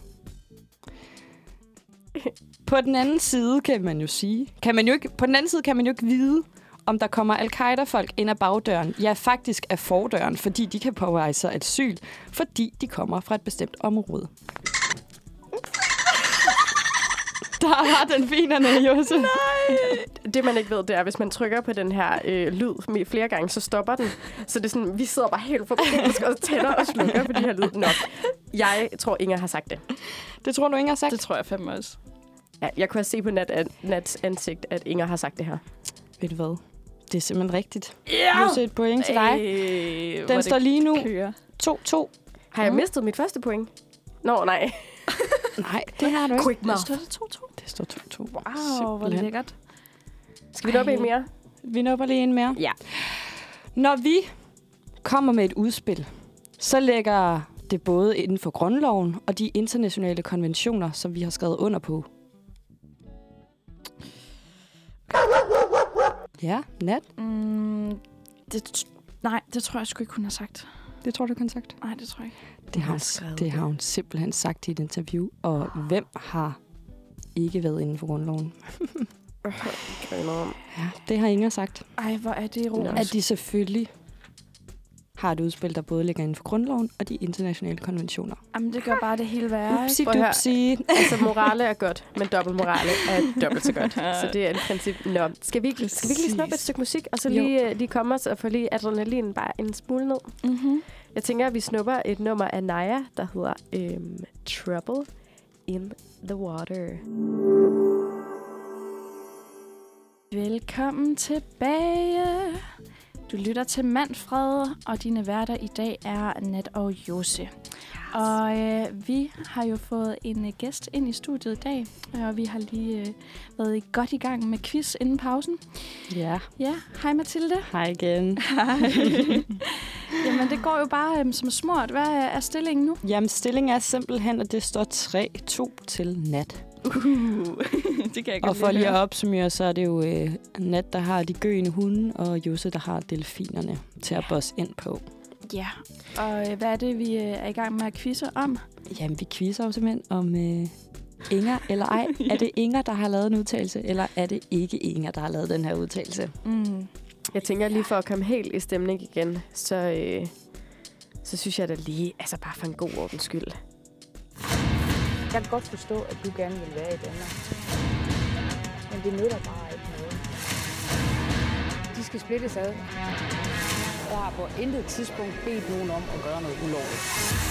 På den anden side kan man jo sige... Kan man jo ikke, på den anden side kan man jo ikke vide, om der kommer al-Qaida-folk ind ad bagdøren. Ja, faktisk af fordøren, fordi de kan påveje sig asyl, fordi de kommer fra et bestemt område. Der har den finerne, Josse. Nej. Det, man ikke ved, det er, hvis man trykker på den her øh, lyd flere gange, så stopper den. Så det er sådan, vi sidder bare helt forbrugt og tænder og slukker på de her lyd. Nå, jeg tror, Inger har sagt det. Det tror du, Inger har sagt? Det tror jeg fandme også. Ja, jeg kunne se på Nat, an, Nats ansigt, at Inger har sagt det her. Ved du hvad? Det er simpelthen rigtigt. Ja! Josse, et point til dig. Øh, Den står lige nu kører. to to. Har jeg Mm. mistet mit første point? Nå, nej. Nej, det har du ikke. Quick Der mouth. står det to to. Det står to to. Wow, hvor Simpelthen. lækkert. Skal vi nå på en mere? Vi nupper lige en mere. Ja. Når vi kommer med et udspil, så lægger det både inden for grundloven og de internationale konventioner, som vi har skrevet under på. Ja, Nat. Mm, det, nej, det tror jeg sgu ikke, hun har sagt. Det tror du, kan sagt. Nej, det tror jeg ikke. Det har, har hun, skrevet det har hun simpelthen sagt i et interview. Og hvem har ikke været inden for grundloven? Ja, det har Inger sagt. Ej, hvor er det ironisk. At de selvfølgelig har et udspil, der både ligger inden for grundloven og de internationale konventioner. Jamen, det gør bare det hele værre. Upsi Prøv at høre. dupsi. Altså, morale er godt, men dobbeltmorale er dobbelt så godt. Så det er et princip. Nå, skal vi ikke, skal vi ikke lige snuppe et stykke musik, og så lige, lige komme os og få lige adrenalin bare en smule ned? Mm-hmm. Jeg tænker, at vi snupper et nummer af Naya, der hedder øhm, Trouble in the Water. Velkommen tilbage. Du lytter til Manfred, og dine værter i dag er Nat og Josse. Yes. Og øh, vi har jo fået en øh, gæst ind i studiet i dag, og vi har lige øh, været godt i gang med quiz inden pausen. Ja, Ja, hej Mathilde. hej igen. Hej. Jamen, det går jo bare øh, som smurt. Hvad er stillingen nu? Jamen, stillingen er simpelthen, at det står tre to til Nat. Uh, det kan jeg Og for lige at opsummere, så er det jo øh, Nat, der har de gøende hunde, og Josse, der har delfinerne til at bosse ind på. Ja, og øh, hvad er det, vi øh, er i gang med at quizze om? Jamen, vi quizzer jo simpelthen om øh, Inger eller ej. Er det Inger, der har lavet en udtalelse, eller er det ikke Inger, der har lavet den her udtalelse? Mm. Jeg tænker lige for at komme helt i stemning igen, så, øh, så synes jeg da lige, altså bare for en god ordens skyld. Jeg kan godt forstå, at du gerne vil være i Danmark. Men det nytter bare ikke noget. De skal splittes ad. Jeg har på intet tidspunkt bedt nogen om at gøre noget ulovligt.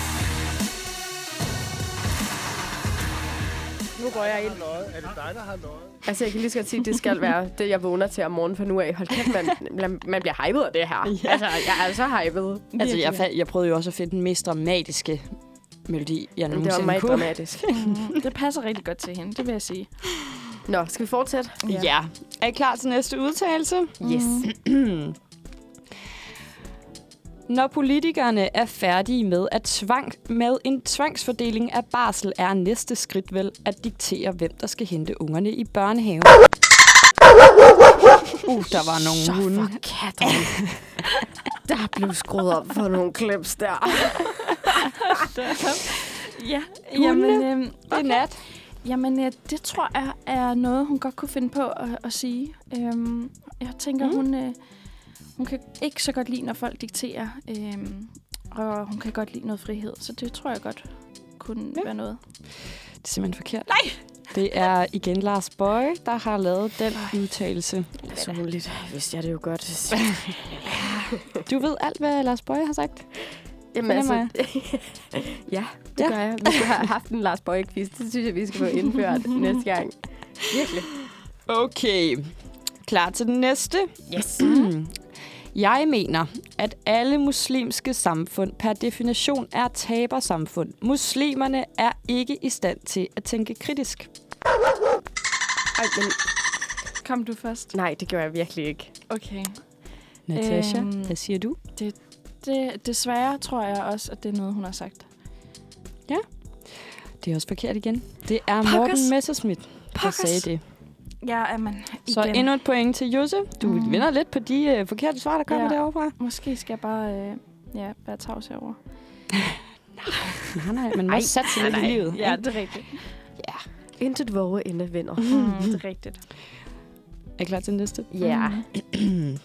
Nu går jeg ind. Er det dig, der har løjet? Altså, jeg kan lige så godt sige, at det skal være det, jeg vågner til om morgenen fra nu af. Hold kæft, man, man bliver hyped af det her. Ja. Altså, jeg er så hyped. Altså, jeg, fa- jeg prøvede jo også at finde den mest dramatiske melodi, jeg nogensinde Det var meget kunne. dramatisk. Mm, det passer rigtig godt til hende, det vil jeg sige. Nå, skal vi fortsætte? Ja. ja. Er I klar til næste udtalelse? Yes. Mm. Når politikerne er færdige med, at tvang, med en tvangsfordeling af barsel, er næste skridt vel at diktere, hvem der skal hente ungerne i børnehave. Uh, der var nogle Så hunde. for katten. Der blev skruet op for nogle klips der. Ja, Hunde? jamen, øhm, Det er nat. jamen øh, det tror jeg er noget, hun godt kunne finde på at, at sige. Øhm, jeg tænker, Mm. hun, øh, hun kan ikke så godt lide, når folk dikterer. Øhm, og hun kan godt lide noget frihed, så det tror jeg godt kunne Ja. være noget. Det er simpelthen forkert. Nej! Det er igen Lars Boje, der har lavet den udtalelse. Personligt vidste jeg det jo godt. Du ved alt, hvad Lars Boje har sagt? Jamen altså, Fornemmer ja, det Ja. gør jeg. Hvis du har haft en Lars Boje-quiz, det synes jeg, vi skal få indført næste gang. Virkelig. Okay. Klar til den næste? Yes. Jeg mener, at alle muslimske samfund per definition er tabersamfund. Muslimerne er ikke i stand til at tænke kritisk. Ej, men Kom du først. nej, det gjorde jeg virkelig ikke. Okay. Natasha, Øhm, hvad siger du? Det, desværre tror jeg også, at det er noget, hun har sagt. Det er også forkert igen. Det er Pokkers. Morten Messerschmidt, der Pokkers. sagde det. Ja, men igen. Så endnu et point til Jose. Du Mm. vinder lidt på de uh, forkerte svar, der kommer Ja. derovre fra. Måske skal jeg bare øh, ja, være tavs herovre. Nej, nej, men må satse lidt i livet. Ja, ikke? det er rigtigt. Intet våge inde vinder. Mm, det er rigtigt. Er I klar til den næste? Ja. Mm.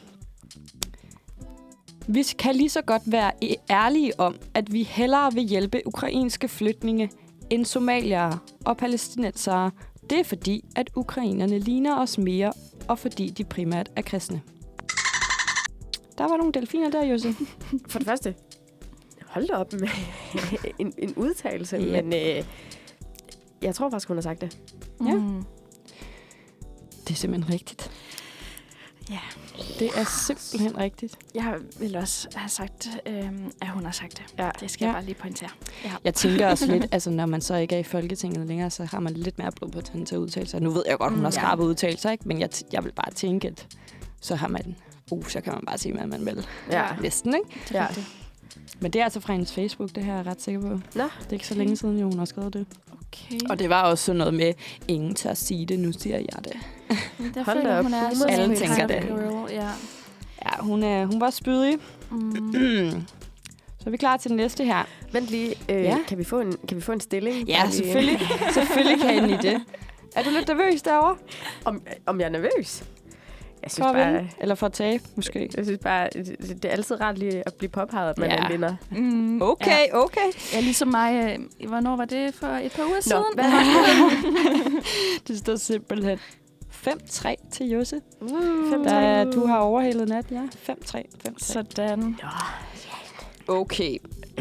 Vi kan lige så godt være ærlige om, at vi hellere vil hjælpe ukrainske flygtninge end somaliere og palæstinensere. Det er fordi, at ukrainerne ligner os mere, og fordi de primært er kristne. Der var nogle delfiner der, Jose. For det første, hold da op med en, en udtalelse, Yep. men øh, jeg tror faktisk, hun har sagt det. Ja. Mm. Det er simpelthen rigtigt. Ja. Det er simpelthen rigtigt. Jeg vil også have sagt, øh, at hun har sagt det. Ja. Det skal Ja. jeg bare lige pointere. Ja. Jeg tænker også lidt, altså når man så ikke er i Folketinget længere, så har man lidt mere blod på tanden til at udtale sig. Nu ved jeg godt, hun har Mm, ja. skarpe udtalelser, ikke? Men jeg, t- jeg vil bare tænke, at så har man, uh, så kan man bare sige, hvad man vil. Ja. Næsten, ikke? Det er Ja. rigtigt. Men det er altså fra hendes Facebook, det her er jeg ret sikker på. Nå. Det er ikke så længe siden, jo, hun har skrevet det. Okay. Og det var også sådan noget med, ingen tør sige det, nu siger jeg det. Der Hold da føler op, hun er humor. sådan Alle en tænker kind det. of girl, ja. Ja, hun, er, hun var spydig. Mm. Så er vi klar til den næste her. Vent lige, øh, Ja. kan, vi få en, kan vi få en stilling? Ja, Bare lige- selvfølgelig. selvfølgelig kan I det. Er du lidt nervøs derovre? Om, om jeg er nervøs? Jeg synes For at bare, vinde? Eller for at tabe, måske? jeg synes bare, det det er altid rart lige at blive påpeget, at man Ja. er en vinder. Mm. Okay, Ja. okay. Ja, ligesom mig. Øh, hvornår var det? For et par uger Nå, siden? hvad var Det står simpelthen fem tre til Jose. Uh, Der er, du har overhældet nat, ja. fem tre. fem tre. Sådan. Okay.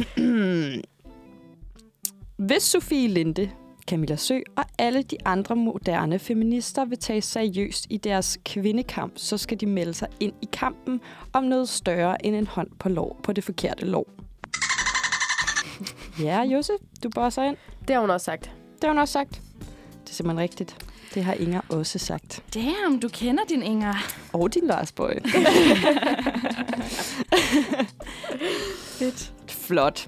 Hvis Sofie Linde, Camilla Sø og alle de andre moderne feminister vil tage seriøst i deres kvindekamp, så skal de melde sig ind i kampen om noget større end en hånd på lov på det forkerte lov. Ja, Jose, du bosser ind. Det har hun også sagt. Det har hun også sagt. Det er simpelthen rigtigt. Det har Inger også sagt. Damn, du kender din Inger. Og din Lars Boje. Fedt. Flot.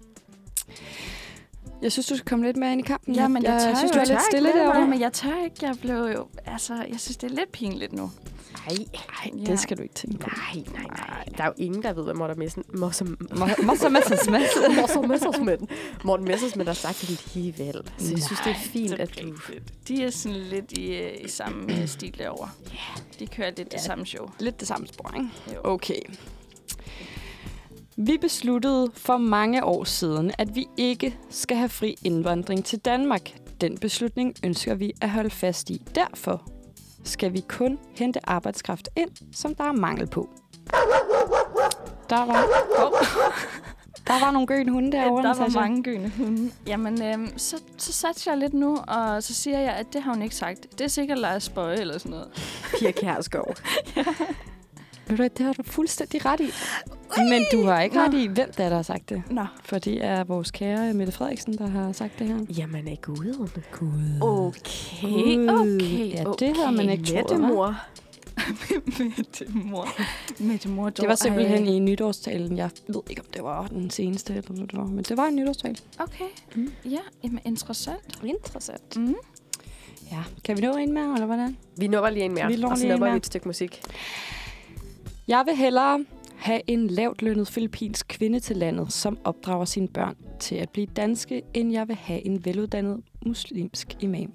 Jeg synes, du skal komme lidt mere ind i kampen. Ja, men jeg tør synes, jo du er ikke. lidt stille Nej, derovre. men jeg tør ikke. Jeg blev jo... Altså, jeg synes, det er lidt pinligt nu. Nej, Nej, det skal du ikke tænke på. nej, nej, nej. Der er jo ingen, der ved, hvad Morten Messerschmidt... Masser, masser, masser. Morten Messerschmidt. Morten Messerschmidt har sagt det alligevel. Så jeg synes, det er fint, det er at du... De er sådan lidt i, øh, i samme øh, stil derovre. De kører lidt det Ja. samme show. Lidt det samme spor, ikke? Jo. Okay. Vi besluttede for mange år siden, at vi ikke skal have fri indvandring til Danmark. Den beslutning ønsker vi at holde fast i. Derfor skal vi kun hente arbejdskraft ind, som der er mangel på. Der var, oh. der var nogle gøende hunde derovre. Der var mange gøende hunde. Jamen, øhm, så, så satser jeg lidt nu, og så siger jeg, at det har hun ikke sagt. Det er sikkert Lars Bøje eller sådan noget. Pia Kjærsgaard. Ja. Ved du, det har du fuldstændig ret i. Men du har ikke ret i, hvem der, der har sagt det. Nå. For det er vores kære Mette Frederiksen, der har sagt det her. Jamen, er guden. Gud. Okay, okay. Ja, det har man ikke troet, mor. Mette-mor. Mette-mor. Det var simpelthen i nytårstalen. Jeg ved ikke, om det var den seneste, eller hvad det var. Men det var en nytårstale. Okay. Mm. Ja, jamen, interessant. Interessant. Mm. Ja, kan vi nå en mere, eller hvordan? Vi når lige en mere, vi og så når vi et stykke musik. Jeg vil hellere have en lavt lønnet filippinsk kvinde til landet, som opdrager sine børn til at blive danske, end jeg vil have en veluddannet muslimsk imam.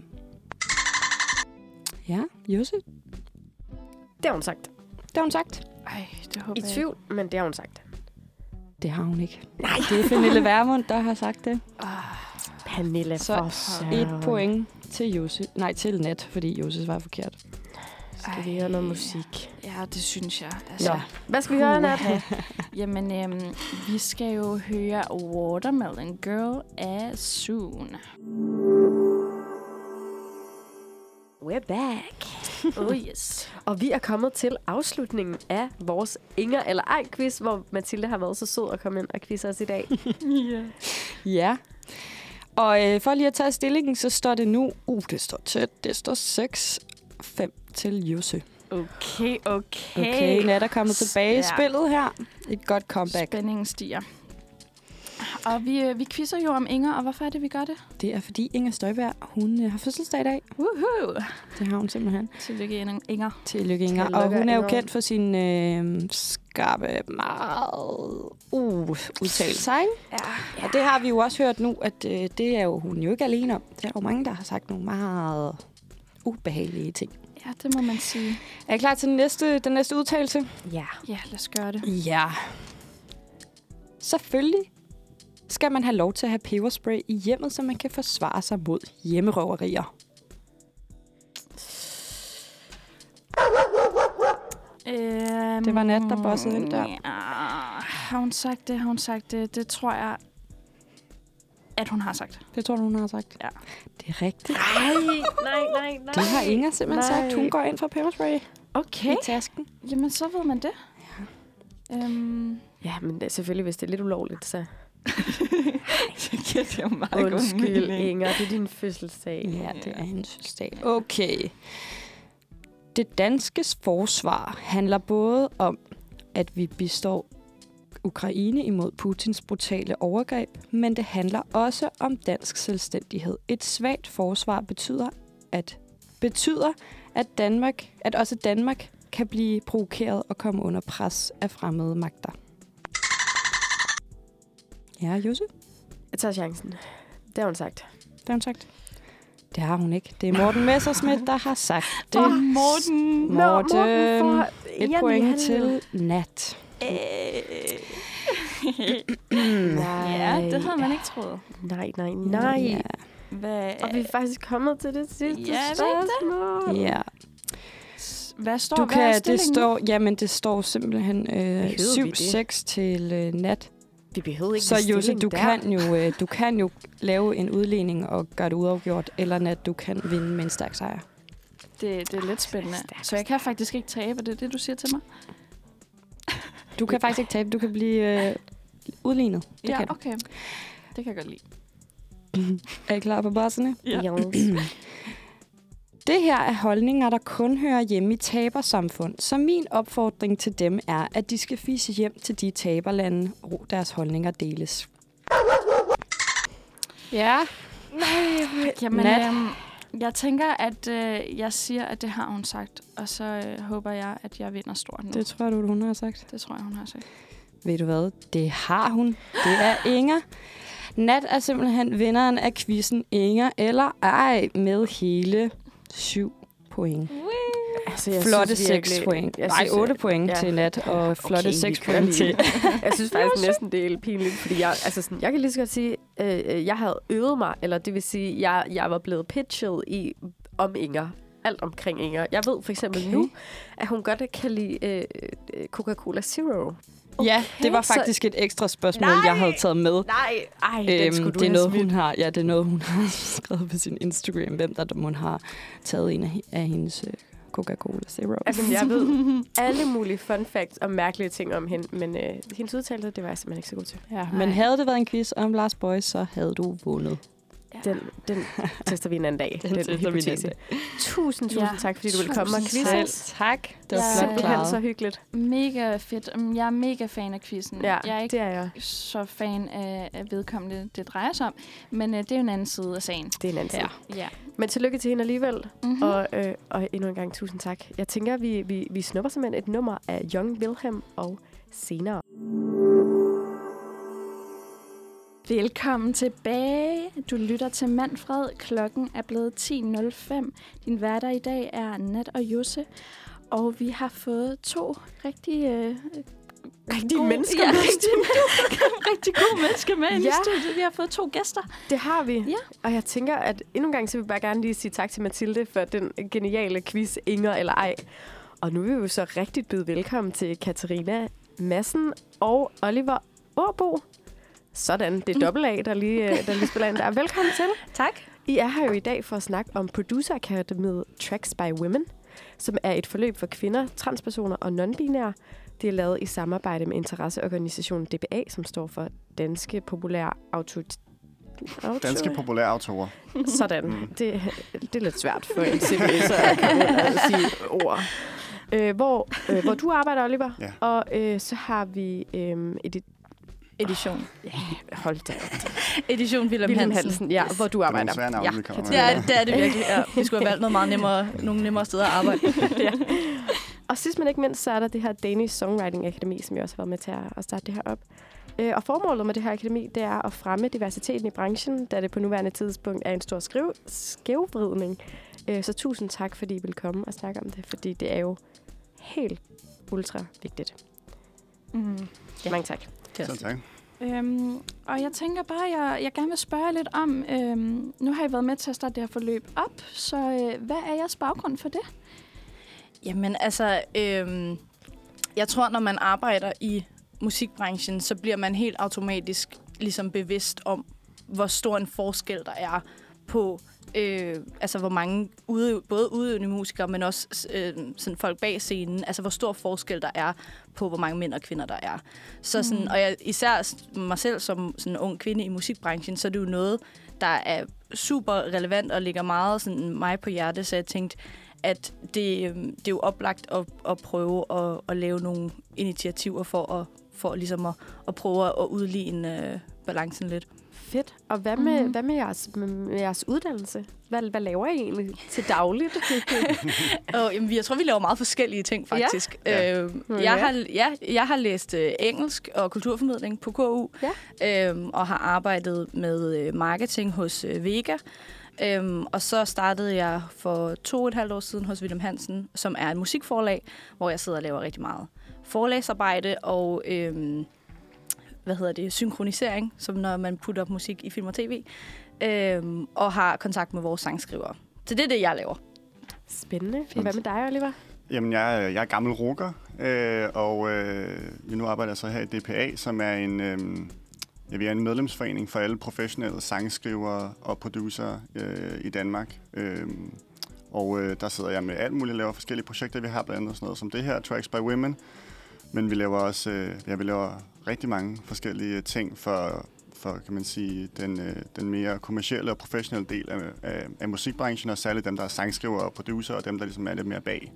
Ja, Jose? Det har hun sagt. Det har hun sagt. Ej, det håber I tvivl, men det har hun sagt. Det har hun ikke. Nej, det er Pernille Vermund, der har sagt det. Oh, Pernille, så for et point til Jose. Nej, til Nat, fordi Jose var forkert. Skal Ej. vi høre noget musik? Ja, det synes jeg. Altså, Nå. Hvad skal vi høre, Nat? Jamen, øhm, vi skal jo høre Watermelon Girl af Soon. We're back. Oh yes. Og vi er kommet til afslutningen af vores Inger eller ej quiz, hvor Mathilde har været så sød at komme ind og quizze os i dag. Yeah. Ja. Og øh, for lige at tage stillingen, så står det nu... Uh, det står tæt. Det står seks fem til Jose. Okay, okay. Okay, Nat er kommet tilbage i spillet her. Et godt comeback. Spændingen stiger. Og vi, øh, vi quizzer jo om Inger, og hvorfor er det, vi gør det? Det er, fordi Inger Støjberg, hun øh, har fødselsdag i dag. Woohoo! Det har hun simpelthen. Tillykke, Inger. Tillykke, Inger. Og hun er jo kendt for sin øh, skarpe, meget uh, udtalelse. Ja. Ja. Og det har vi jo også hørt nu, at øh, det er jo hun jo ikke alene om. Der er jo mange, der har sagt nogle meget ubehagelige ting. Ja, det må man sige. Er I klar til den næste, den næste udtalelse? Ja. Ja, lad os gøre det. Ja. Selvfølgelig skal man have lov til at have peberspray i hjemmet, så man kan forsvare sig mod hjemmerøverier. Øhm, det var Nat, der bossede ind der. Ja, har hun sagt det? Har hun sagt det? Det tror jeg, at hun har sagt. Det tror du, hun har sagt? Ja. Det er rigtigt. Nej, nej, nej, nej. Det har Inger simpelthen nej. sagt. Hun går ind for peberspray. Okay. I tasken. Jamen, så ved man det. Ja. Øhm. Ja, men det, selvfølgelig, hvis det er lidt ulovligt, så... det giver det jo meget Undskyld, Inger. Det er din fødselsdag. Ja, det er hendes fødselsdag. Okay. Det danske forsvar handler både om, at vi består Ukraine imod Putins brutale overgreb, men det handler også om dansk selvstændighed. Et svagt forsvar betyder, at betyder, at Danmark, at også Danmark kan blive provokeret og komme under pres af fremmede magter. Ja, Jose? Jeg tager chancen. Det har hun sagt. Det har hun sagt. Det har hun ikke. Det er Morten Messerschmidt, der har sagt det. For Morten! Morten, Morten for et point til Nat. Ja, det havde man ikke troet. Nej, nej, nej. Ja. Hvad? Og vi er faktisk kommet til det sidste ja, spørgsmål. Ja. Hvad står du hvad kan, det står, jamen, det står simpelthen øh, syv seks til øh, Nat. Vi behøver ikke så Jose, du der. kan jo øh, du kan jo lave en udligning og gøre det uafgjort, eller Nat, du kan vinde med en stærk sejr. Det, det er lidt spændende. Stærk, så jeg kan faktisk ikke tabe, det er det, du siger til mig? Du kan faktisk ikke tabe, du kan blive øh, udlignet. Det ja, kan du. okay. Det kan jeg godt lide. Er I klar på bosserne? Ja. Det her er holdninger, der kun hører hjemme i tabersamfund, så min opfordring til dem er, at de skal fise hjem til de taberlande, hvor deres holdninger deles. Ja. Nej, jamen, øhm, jeg tænker, at øh, jeg siger, at det har hun sagt, og så øh, håber jeg, at jeg vinder stort nu. Det tror du, hun har sagt? Det tror jeg, hun har sagt. Ved du hvad? Det har hun. Det er Inger. Nat er simpelthen vinderen af quizzen Inger eller ej med hele syv point. Altså, jeg flotte synes seks virkelig- point. jeg Nej, synes, otte øh, point ja. til Nat, og flotte Okay, seks vi kører point til... lige. Jeg synes faktisk næsten, det er helt pinligt, fordi jeg, altså sådan, jeg kan lige så godt sige, øh, jeg havde øvet mig, eller det vil sige, jeg, jeg var blevet pitchet i om Inger. Alt omkring Inger. Jeg ved for eksempel Okay. nu, at hun godt kan lide øh, øh, Coca-Cola Zero. Ja, det var så- faktisk et ekstra spørgsmål, Nej! jeg havde taget med. Nej, ej, den Øhm, skulle du det er have noget, smidt. hun har, ja, det er noget, hun har skrevet på sin Instagram, hvem der hun har taget en af, af hendes øh, Coca-Cola Zero. Altså, jeg ved alle mulige fun facts og mærkelige ting om hende, men øh, hendes udtalelse, det var jeg simpelthen ikke så god til. Ja, men havde det været en quiz om Lars Boys, så havde du vundet. Den, den tester vi en anden dag. Den tester vi en anden hypotese. dag. Tusind, tusind Ja. tak, fordi du ville komme og Tusind quizze. tak. Tak. Det var Ja. flot Simpelthen klaret. så hyggeligt. Mega fedt. Um, Jeg er mega fan af quizzen. Ja, jeg er ikke det er jeg. så fan af, af vedkommende, det drejer sig om, men uh, det er jo en anden side af sagen. Det er en anden Ja. side. Ja. Men tillykke til hende alligevel, Mm-hmm. og, øh, og endnu en gang tusind tak. Jeg tænker, vi, vi, vi snupper simpelthen et nummer af Young Wilhelm og senere. Velkommen tilbage. Du lytter til Manfred. Klokken er blevet ti nul fem. Din værter i dag er Nat og Josse. Og vi har fået to rigtig... Øh, Rigtige gode- mennesker ja, med. rigtig, rigtig gode mennesker med ind Ja. i studiet. Vi har fået to gæster. Det har vi. Ja. Og jeg tænker, at endnu en gang, så vil jeg bare gerne lige sige tak til Mathilde for den geniale quiz, Inger eller ej. Og nu vil vi jo så rigtig byde velkommen til Katarina Madsen og Oliver Årbo. Sådan, det er dobbelt A, der lige, øh, der lige spiller ind der. Velkommen til. Tak. I er her jo i dag for at snakke om Producer Academy Tracks by Women, som er et forløb for kvinder, transpersoner og non-binære. Det er lavet i samarbejde med interesseorganisationen D B A, som står for Danske Populære Autoriteter. Danske populære autorer. Sådan. Mm. Det, det er lidt svært for en C V S at komme rundt og sige ord. Øh, hvor, øh, hvor du arbejder, Oliver. Ja. Og øh, så har vi øh, edit- Edition. hold da. Edition Wilhelm, Wilhelm Hansen. Hansen, ja, hvor du Det er arbejder. nogle svære navne, Ja. vi kommer Det med. er, det er det virkelig. Ja. Vi skulle have valgt noget meget nemmere, nogle nemmere steder at arbejde. Ja. Og sidst men ikke mindst, så er der det her Danish Songwriting Akademi, som jeg også har været med til at- at starte det her op. Øh, og formålet med det her akademi, det er at fremme diversiteten i branchen, da det på nuværende tidspunkt er en stor skriv- skævvridning. Øh, så tusind tak, fordi I vil komme og snakke om det, fordi det er jo helt ultra vigtigt. Mm. Ja. Mange tak. Så tak. Øhm, og jeg tænker bare, at jeg, jeg gerne vil spørge lidt om, øhm, nu har I været med til at starte det her forløb op, så øh, hvad er jeres baggrund for det? Jamen altså, øhm, jeg tror, når man arbejder i musikbranchen, så bliver man helt automatisk ligesom bevidst om, hvor stor en forskel der er på, øh, altså hvor mange udøv, både udøvende musikere, men også øh, sådan folk bag scenen, altså hvor stor forskel der er på, hvor mange mænd og kvinder der er. Så sådan, Mm. og jeg, især mig selv som sådan en ung kvinde i musikbranchen, så er det jo noget, der er super relevant og ligger meget sådan mig på hjertet, så jeg tænkte, at det, øh, det er jo oplagt at, at prøve at, at lave nogle initiativer for at, for ligesom at, at prøve at udligne øh, balancen lidt. Fedt. Og hvad med, Mhm. hvad med, jeres, med jeres uddannelse? Hvad, hvad laver I egentlig til dagligt? Og, jamen, jeg tror, vi laver meget forskellige ting, faktisk. Ja. Øh, Ja. jeg, har, ja, jeg har læst øh, engelsk og kulturformidling på K U, Ja. øh, og har arbejdet med øh, marketing hos øh, Vega. Øhm, og så startede jeg for to og et halvt år siden hos Wilhelm Hansen, som er et musikforlag, hvor jeg sidder og laver rigtig meget forlagsarbejde og øhm, hvad hedder det, synkronisering, som når man putter musik i film og tv, øhm, og har kontakt med vores sangskrivere. Så det er det, jeg laver. Spændende. Og hvad med dig, Oliver? Jamen, jeg, er- jeg er gammel rocker, øh, og øh, nu arbejder jeg så her i D P A, som er en, øh, ja, vi er en medlemsforening for alle professionelle sangskrivere og producer øh, i Danmark. Øh, og øh, der sidder jeg med alt muligt og laver forskellige projekter. Vi har blandt andet sådan noget som det her, Tracks by Women. Men vi laver også øh, ja, vi laver rigtig mange forskellige ting for, for kan man sige, den, øh, den mere kommercielle og professionelle del af, af, af musikbranchen, og særligt dem, der er sangskrivere og producer, og dem, der ligesom er lidt mere bag,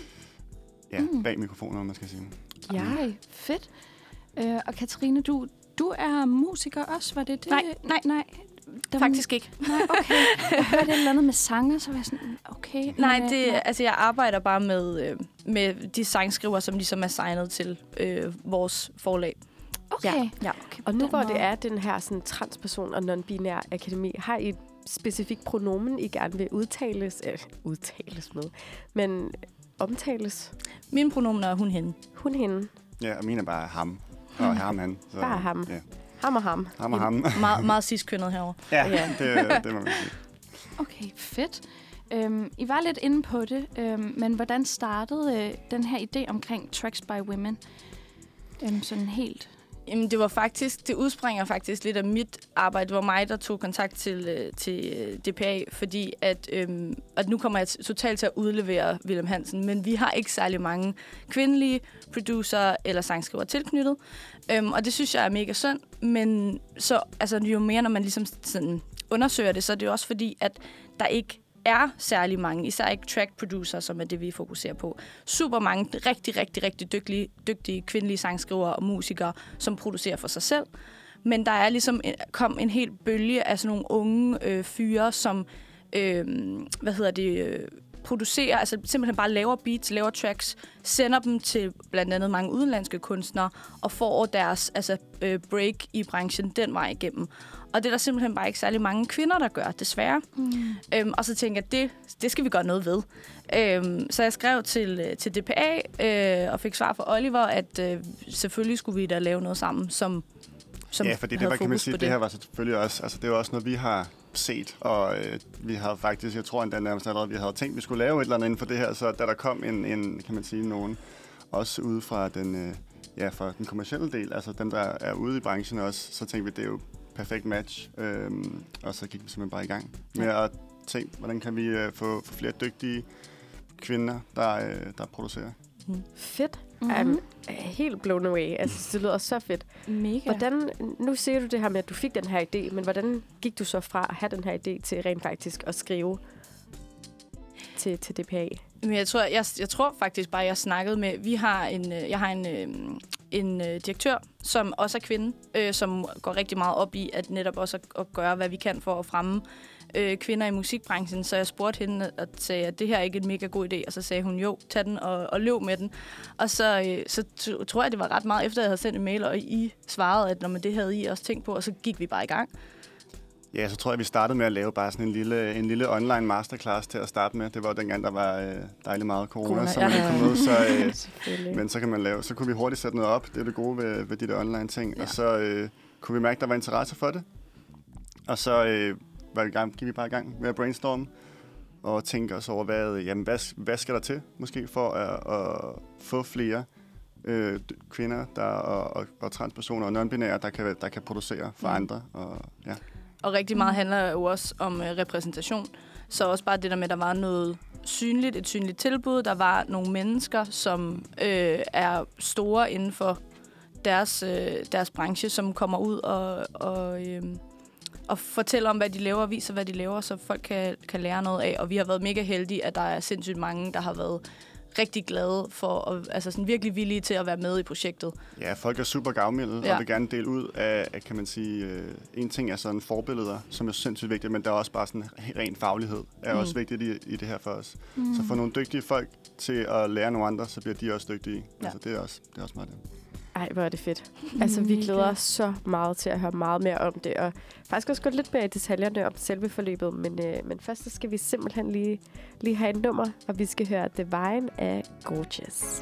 ja, Mm. bag mikrofoner, man skal sige. Ja. Ej, fedt. Øh, og Katarina, du, du er musiker også, var det det? Nej, nej. nej. Der Faktisk ikke. Var, nej, okay. Jeg hørte et eller andet med sanger, så var jeg sådan, okay. Nej, men, det, øh, altså jeg arbejder bare med, øh, med de sangskrivere, som ligesom er signet til øh, vores forlag. Okay. Ja. Ja. Okay, på Og nu den hvor det måde. er den her sådan, transperson og non-binær akademi, har I et specifikt pronomen, I gerne vil udtales, øh, udtales med, men omtales? Mine pronomener er hun, hende. Hun, hende. Ja, og mine er bare ham. Og ham, han. Så, Bare ham. Ja. Ham og ham. Ham og ham. meget, meget cis-kønnet herovre. Ja, Ja. det, det må man sige. Okay, fedt. Øhm, I var lidt inde på det, øhm, men hvordan startede øh, den her idé omkring Tracks by Women? Øhm, sådan helt... Jamen, det var faktisk, det udspringer faktisk lidt af mit arbejde. Det var mig, der tog kontakt til, øh, til øh, D P A, fordi at, øhm, at nu kommer jeg t- totalt til at udlevere Wilhelm Hansen, men vi har ikke særlig mange kvindelige producer eller sangskrivere tilknyttet. Øhm, og det synes jeg er mega synd, men så, altså, jo mere, når man ligesom sådan undersøger det, så er det jo også fordi, at der ikke er særlig mange, især ikke track producer, som er det, vi fokuserer på. Super mange rigtig, rigtig, rigtig dygtige, dygtige kvindelige sangskrivere og musikere, som producerer for sig selv. Men der er ligesom en, kom en hel bølge af sådan nogle unge øh, fyre, som øh, hvad hedder det, øh, producerer, altså simpelthen bare laver beats, laver tracks, sender dem til blandt andet mange udenlandske kunstnere, og får deres altså, øh, break i branchen den vej igennem. Og det er der simpelthen bare ikke særlig mange kvinder, der gør, desværre. Mm. Øhm, og så tænkte jeg, at det, det skal vi gøre noget ved. Øhm, så jeg skrev til, til D P A øh, og fik svar fra Oliver, at øh, selvfølgelig skulle vi da lave noget sammen, som, som ja, fordi det havde var, kan man fokus sige, på det. det det her var selvfølgelig også, altså det var også noget, vi har set, og øh, vi havde faktisk, jeg tror endda nærmest allerede, vi havde tænkt, at vi skulle lave et eller andet inden for det her, så da der kom en, en kan man sige, nogen, også ude fra den, øh, ja, fra den kommercielle del, altså dem, der er ude i branchen også, så tænkte vi, det er jo perfekt match, øhm, og så gik vi simpelthen bare i gang med ja. at tænke, hvordan kan vi øh, få, få flere dygtige kvinder, der, øh, der producerer. Mm. Fedt. Mm-hmm. I'm helt blown away. Altså, det lyder så fedt. Mega. Hvordan, nu siger du det her med, at du fik den her idé, men hvordan gik du så fra at have den her idé til rent faktisk at skrive til, til D P A? Men jeg tror, jeg, jeg tror faktisk bare, jeg snakkede med... Vi har en, jeg har en, en direktør, som også er kvinde, øh, som går rigtig meget op i at netop også at, at gøre, hvad vi kan for at fremme øh, kvinder i musikbranchen. Så jeg spurgte hende og sagde, at det her er ikke en mega god idé. Og så sagde hun, jo, tag den og, og løb med den. Og så, øh, så t- tror jeg, det var ret meget efter, jeg havde sendt en mail, og I svarede, at når man det havde I også tænkt på, og så gik vi bare i gang. Ja, så tror jeg, vi startede med at lave bare sådan en lille, en lille online masterclass til at starte med. Det var jo dengang, der var øh, dejligt meget corona, corona så man ja. ikke kunne møde. Så, øh, men så kan man lave, så kunne vi hurtigt sætte noget op. Det er det gode ved, ved de der online ting. Ja. Og så øh, kunne vi mærke, at der var interesse for det. Og så øh, var vi gang, gik vi bare i gang med at brainstorme og tænke os over, hvad, jamen, hvad, hvad skal der til måske for at, at få flere øh, kvinder der, og, og, og transpersoner og non-binære, der kan, der kan producere for mm. andre. Og, ja. Og rigtig meget handler jo også om øh, repræsentation. Så også bare det der med, at der var noget synligt, et synligt tilbud. Der var nogle mennesker, som øh, er store inden for deres, øh, deres branche, som kommer ud og, og, øh, og fortæller om, hvad de laver, og viser, hvad de laver, så folk kan, kan lære noget af. Og vi har været mega heldige, at der er sindssygt mange, der har været rigtig glade for, at, altså sådan virkelig villige til at være med i projektet. Ja, folk er super gavmilde ja. og vil gerne dele ud af, af kan man sige, øh, en ting er sådan forbilleder, som er sindssygt vigtigt, men der er også bare sådan ren faglighed, er mm. også vigtigt i, i det her for os. Mm. Så for nogle dygtige folk til at lære nogle andre, så bliver de også dygtige. Ja. Altså, det er også, det er også meget det. Ej, hvor er det fedt. Altså, vi glæder os så meget til at høre meget mere om det, og faktisk også gå lidt mere i detaljerne om selve forløbet, men, øh, men først så skal vi simpelthen lige, lige have et nummer, og vi skal høre Divine af Gorgeous.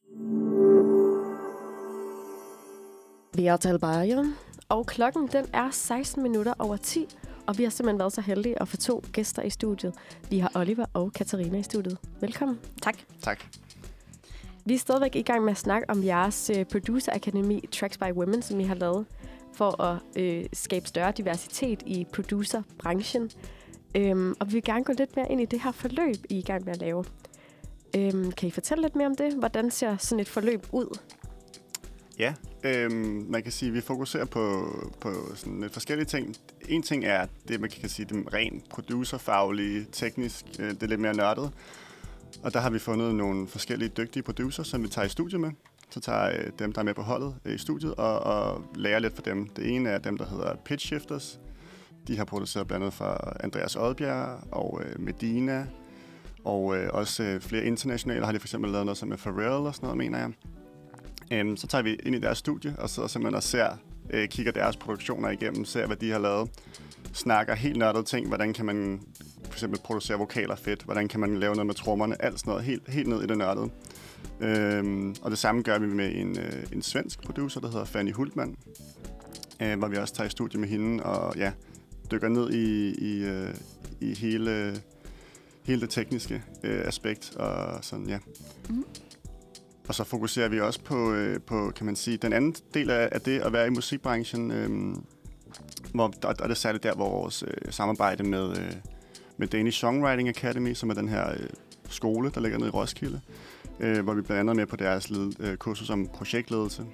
Vi er til Bayern, og klokken den er seksten minutter over ti, og vi har simpelthen været så heldige at få to gæster i studiet. Vi har Oliver og Katarina i studiet. Velkommen. Tak. Tak. Vi er stadigvæk i gang med at snakke om jeres uh, producerakademi Tracks by Women, som I har lavet for at uh, skabe større diversitet i producerbranchen. Um, og vi vil gerne gå lidt mere ind i det her forløb, I er i gang med at lave. Um, kan I fortælle lidt mere om det? Hvordan ser sådan et forløb ud? Ja, øhm, man kan sige, at vi fokuserer på, på sådan lidt forskellige ting. En ting er det, man kan sige, det rent producerfaglige, teknisk, øh, det er lidt mere nørdet. Og der har vi fundet nogle forskellige dygtige producer, som vi tager i studiet med. Så tager øh, dem, der er med på holdet øh, i studiet, og, og lærer lidt for dem. Det ene er dem, der hedder Pitch Shifters. De har produceret blandt andet for Andreas Odbjerg og øh, Medina. Og øh, også øh, flere internationale har de for eksempel lavet noget som med Pharrell og sådan noget, mener jeg. Um, så tager vi ind i deres studie, og så simpelthen og ser, øh, kigger deres produktioner igennem, ser, hvad de har lavet. Snakker helt nørdede ting, hvordan kan man for eksempel producere vokaler fedt? Hvordan kan man lave noget med trommerne? Alt sådan noget, helt, helt ned i det nørdede. Øhm, og det samme gør vi med en, øh, en svensk producer, der hedder Fanny Hultmann, øh, hvor vi også tager i studie med hende og ja, dykker ned i, i, øh, i hele, hele det tekniske øh, aspekt. Og sådan, ja. Mm. Og så fokuserer vi også på, øh, på, kan man sige, den anden del af, af det at være i musikbranchen, øh, hvor, og det er særligt der, hvor vores øh, samarbejde med, øh, med Danish Songwriting Academy, som er den her øh, skole, der ligger nede i Roskilde, øh, hvor vi blandt andet er med på deres led, øh, kursus om projektledelse.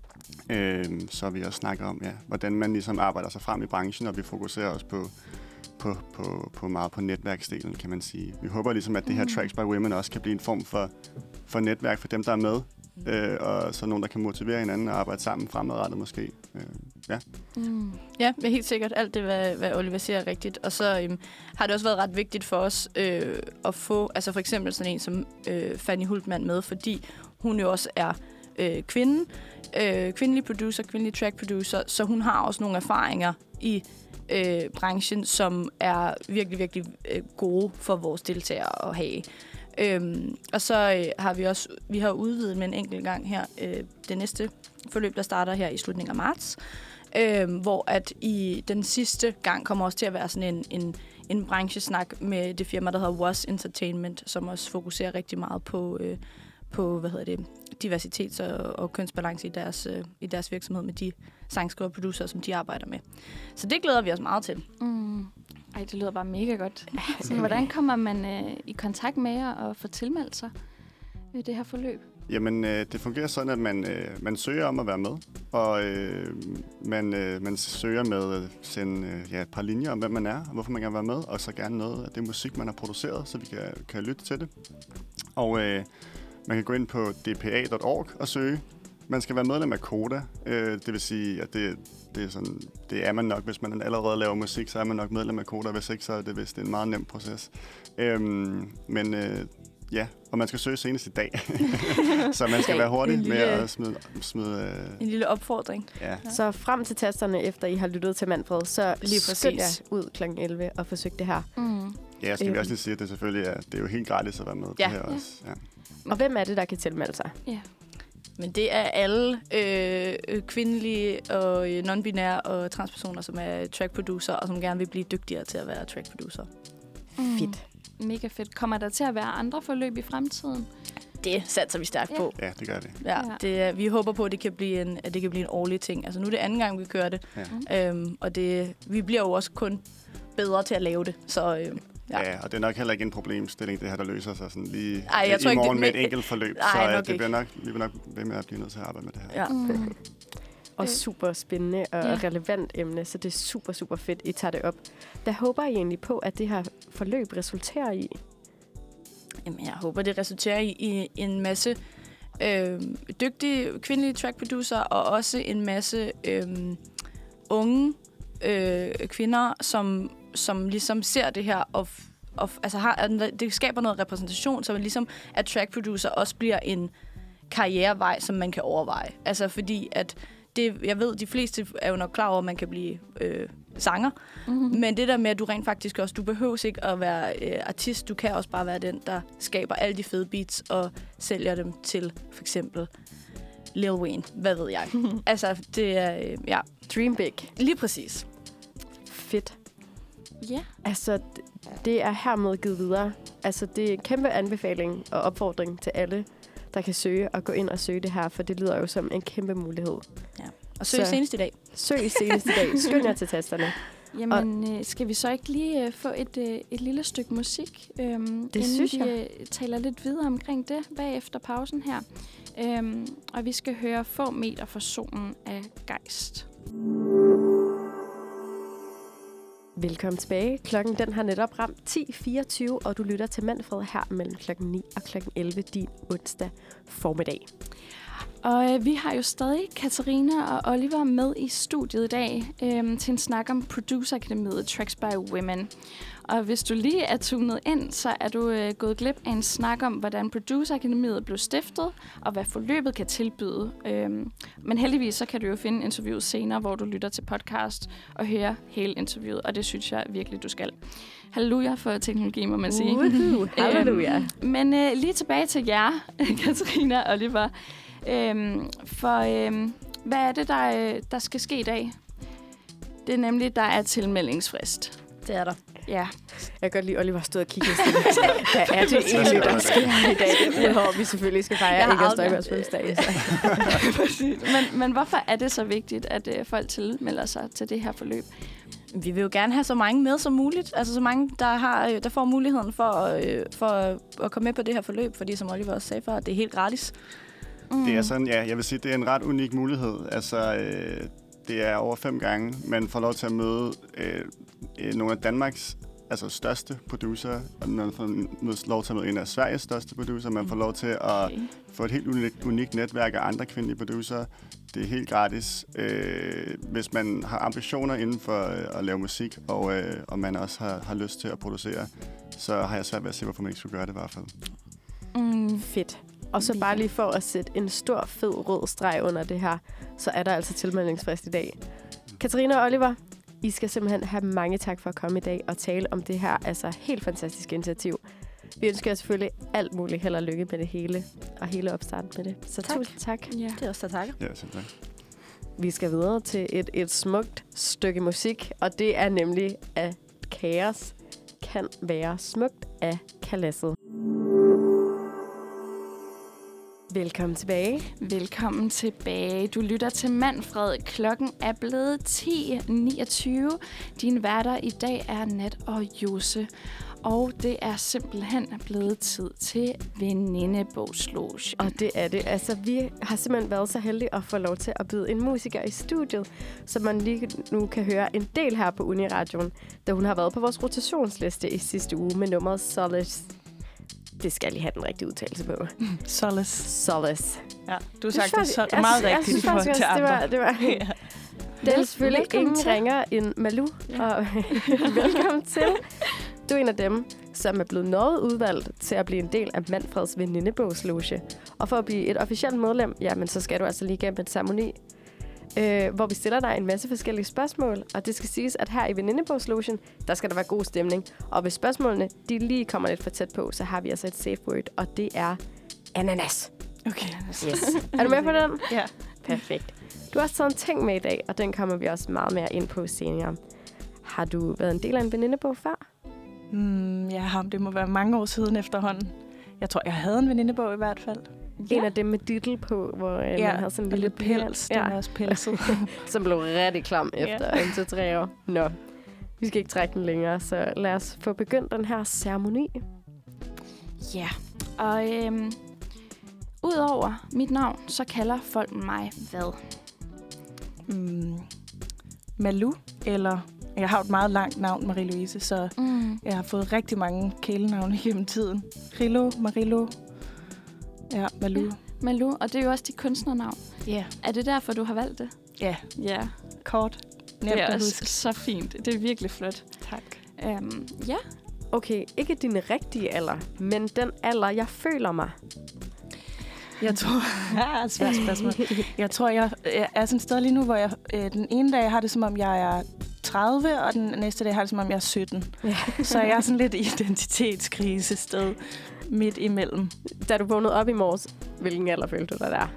Øh, så vi også snakker om, ja, hvordan man ligesom arbejder sig frem i branchen, og vi fokuserer også på, på, på, på meget på netværksdelen, kan man sige. Vi håber ligesom, at det her Tracks by Women også kan blive en form for, for netværk for dem, der er med, øh, og så nogen, der kan motivere hinanden og arbejde sammen fremadrettet måske. Øh, ja. Mm. Ja, det er helt sikkert alt det, hvad, hvad Oliver siger er rigtigt. Og så øhm, har det også været ret vigtigt for os øh, at få, altså for eksempel sådan en som øh, Fanny Hultmann med, fordi hun jo også er øh, kvinde, øh, kvindelig producer, kvindelig track producer, så hun har også nogle erfaringer i øh, branchen, som er virkelig, virkelig øh, gode for vores deltagere at have. Øhm, og så øh, har vi også vi har udvidet med en enkelt gang her øh, det næste forløb, der starter her i slutningen af marts, øh, hvor at i den sidste gang kommer også til at være sådan en, en, en branchesnak med det firma, der hedder Was Entertainment, som også fokuserer rigtig meget på, øh, på hvad hedder det, diversitets- og, og kønsbalance i deres, øh, i deres virksomhed med de sangskriver og producer, som de arbejder med. Så det glæder vi os meget til. Mm. Ej, det lyder bare mega godt. Så hvordan kommer man øh, i kontakt med jer og får tilmeldt sig ved det her forløb? Jamen, øh, det fungerer sådan, at man, øh, man søger om at være med, og øh, man, øh, man søger med at sende øh, ja, et par linjer om, hvem man er, og hvorfor man gerne vil være med, og så gerne noget af det musik, man har produceret, så vi kan, kan lytte til det. Og øh, man kan gå ind på d p a punktum org og søge. Man skal være medlem af Koda, øh, det vil sige, at det, det, er sådan, det er man nok, hvis man allerede laver musik, så er man nok medlem af Koda, hvis ikke, så er det vist en meget nem proces. Øhm, men øh, ja, og man skal søge senest i dag, så man skal være hurtig lille, med at smide... smide øh, en lille opfordring. Ja. Så frem til tasterne, efter I har lyttet til Manfred, så lige skynd jer ud klokken elleve og forsøg det her. Mm. Ja, skal vi også lige sige, at det selvfølgelig er, det er jo helt gratis at være med. Ja. Det her også. Ja. Og hvem er det, der kan tilmelde sig? Ja. Men det er alle øh, kvindelige og non-binære og transpersoner, som er track producer og som gerne vil blive dygtigere til at være track producer. Mm. Fedt. Mega fedt. Kommer der til at være andre forløb i fremtiden? Det satser vi stærkt ja. på. Ja, det gør vi. Ja, det er, vi håber på, at det kan blive en, at det kan blive en årlig ting. Altså nu er det anden gang, vi kører det. Ja. Øhm, og det, vi bliver jo også kun bedre til at lave det. Så øhm, Ja. ja, og det er nok heller ikke en problemstilling, det her, der løser sig sådan lige Ej, jeg i tror morgen ikke, det, med et enkelt forløb. Ej, så nok det bliver nok, vi bliver nok ved med at blive nødt til at arbejde med det her. Ja. Mm. Og super spændende og Ja. relevant emne, så det er super, super fedt, I tager det op. Hvad håber I egentlig på, at det her forløb resulterer i? Jamen, jeg håber, det resulterer i, i en masse øh, dygtige kvindelige track producer og også en masse øh, unge øh, kvinder, som, som ligesom ser det her og Og, altså har, det skaber noget repræsentation, så man ligesom, at track producer også bliver en karrierevej, som man kan overveje. Altså fordi, at det, jeg ved, de fleste er jo nok klar over, at man kan blive øh, sanger, mm-hmm. men det der med, at du rent faktisk også, du behøver ikke at være øh, artist, du kan også bare være den, der skaber alle de fede beats og sælger dem til for eksempel Lil Wayne, hvad ved jeg. Altså, det er, øh, ja. Dream big. Lige præcis. Fedt. Ja. Altså, det er hermed givet videre. Altså, det er en kæmpe anbefaling og opfordring til alle, der kan søge og gå ind og søge det her, for det lyder jo som en kæmpe mulighed. Ja. Og søg senest i dag. Søg senest i dag. Skynd jer til tasterne. Jamen, øh, skal vi så ikke lige øh, få et, øh, et lille stykke musik, øhm, det inden synes vi jeg. øh, taler lidt videre omkring det bagefter pausen her. Øhm, og vi skal høre Få meter fra solen af Geist. Velkommen tilbage. Klokken den har netop ramt ti fireogtyve, og du lytter til Manfred her mellem klokken ni og klokken elleve din onsdag formiddag. Og øh, vi har jo stadig Katarina og Oliver med i studiet i dag øh, til en snak om Producer Akademiet Tracks by Women. Og hvis du lige er tunet ind, så er du øh, gået glip af en snak om, hvordan Producer Akademiet blev stiftet, og hvad forløbet kan tilbyde. Øhm, men heldigvis så kan du jo finde interviewet senere, hvor du lytter til podcast og hører hele interviewet, og det synes jeg virkelig, du skal. Halleluja for teknologi, må man sige. Uh-huh. Halleluja. øhm, men øh, lige tilbage til jer, Katarina og Oliver. Øhm, for øhm, hvad er det, der, der skal ske i dag? Det er nemlig, der er tilmeldingsfrist. Det er der. Ja. Jeg kan godt lide, at Oliver stod og kiggede sådan. Hvad er det egentlig, der sker i dag? Udover vi selvfølgelig skal fejre Inger Støjbergs fødselsdag. men, men hvorfor er det så vigtigt, at øh, folk tilmelder sig til det her forløb? Vi vil jo gerne have så mange med som muligt. Altså så mange, der, har, der får muligheden for, øh, for at komme med på det her forløb. Fordi som Oliver også sagde før, det er helt gratis. Mm. Det er sådan, ja, jeg vil sige, det er en ret unik mulighed. Altså, øh, det er over fem gange, man får lov til at møde øh, nogle af Danmarks altså største producer, og man får lov til at møde en af Sveriges største producer. Man får lov til at okay. få et helt unikt, unikt netværk af andre kvindelige producer. Det er helt gratis, øh, hvis man har ambitioner inden for øh, at lave musik, og, øh, og man også har, har lyst til at producere. Så har jeg svært ved at se, hvorfor man ikke skulle gøre det i hvert fald. Mm, fedt. Og så bare lige for at sætte en stor, fed rød streg under det her, så er der altså tilmeldingsfrist i dag. Katarina og Oliver, I skal simpelthen have mange tak for at komme i dag og tale om det her altså helt fantastiske initiativ. Vi ønsker jer selvfølgelig alt muligt held og lykke med det hele, og hele opstarten med det. Så tak. tusind tak. Ja. Det er også tak. Ja, selv tak. Vi skal videre til et, et smukt stykke musik, og det er nemlig, at kaos kan være smukt af Kalasset. Velkommen tilbage. Velkommen tilbage. Du lytter til Manfred. Klokken er blevet ti niogtyve. Dine værter i dag er Nat og Jose. Og det er simpelthen blevet tid til venindebogsloge. Og det er det. Altså, vi har simpelthen været så heldige at få lov til at byde en musiker i studiet, så man lige nu kan høre en del her på Uniradioen, da hun har været på vores rotationsliste i sidste uge med nummeret Solace. Det skal jeg lige have den rigtige udtalelse på. Solace. Solace. Ja, du har sagt det så meget jeg, rigtigt jeg for til andre. Det var, det var. Ja. Det er selvfølgelig velkommen ingen til. Ringer end Malou. Ja. Og velkommen til. Du er en af dem, som er blevet noget udvalgt til at blive en del af Manfreds venindebogsloge. Og for at blive et officielt medlem, jamen, så skal du altså lige gennem en ceremoni, øh, hvor vi stiller dig en masse forskellige spørgsmål. Og det skal siges, at her i venindebogslogen, der skal der være god stemning. Og hvis spørgsmålene de lige kommer lidt for tæt på, så har vi altså et safe word, og det er ananas. Okay. Yes. Er du med på den? Ja. Perfekt. Du har også taget en ting med i dag, og den kommer vi også meget mere ind på senere. Har du været en del af en venindebog før? Mm, ja, det må være mange år siden efterhånden. Jeg tror, jeg havde en venindebog i hvert fald. Ja. En af dem med dittel på, hvor øh, ja, man havde sådan en lille pels. Den ja. er også pelset. Som blev rigtig klam efter ja. en til tre år. Nå, vi skal ikke trække den længere, så lad os få begyndt den her ceremoni. Ja, og øhm, udover mit navn, så kalder folk mig hvad? Mm, Malou, eller... Jeg har et meget langt navn, Marie-Louise, så mm. jeg har fået rigtig mange kælenavne gennem tiden. Rilo, Marilo, ja, Malou. Ja, Malou, og det er jo også dit kunstnernavn. Ja. Yeah. Er det derfor, du har valgt det? Ja. Ja. Kort. Nemt det er også så fint. Det er virkelig flot. Tak. Um, ja. Okay, ikke din rigtige alder, men den alder, jeg føler mig. Jeg tror, ja, svært spørgsmål. Jeg tror, jeg er sådan et sted lige nu, hvor jeg øh, den ene dag har det, som om jeg er tredive, og den næste dag har det, som om jeg er sytten. Ja. Så jeg er sådan lidt identitetskrise sted midt imellem. Da du vågnede op i morges, hvilken alder følte du dig der?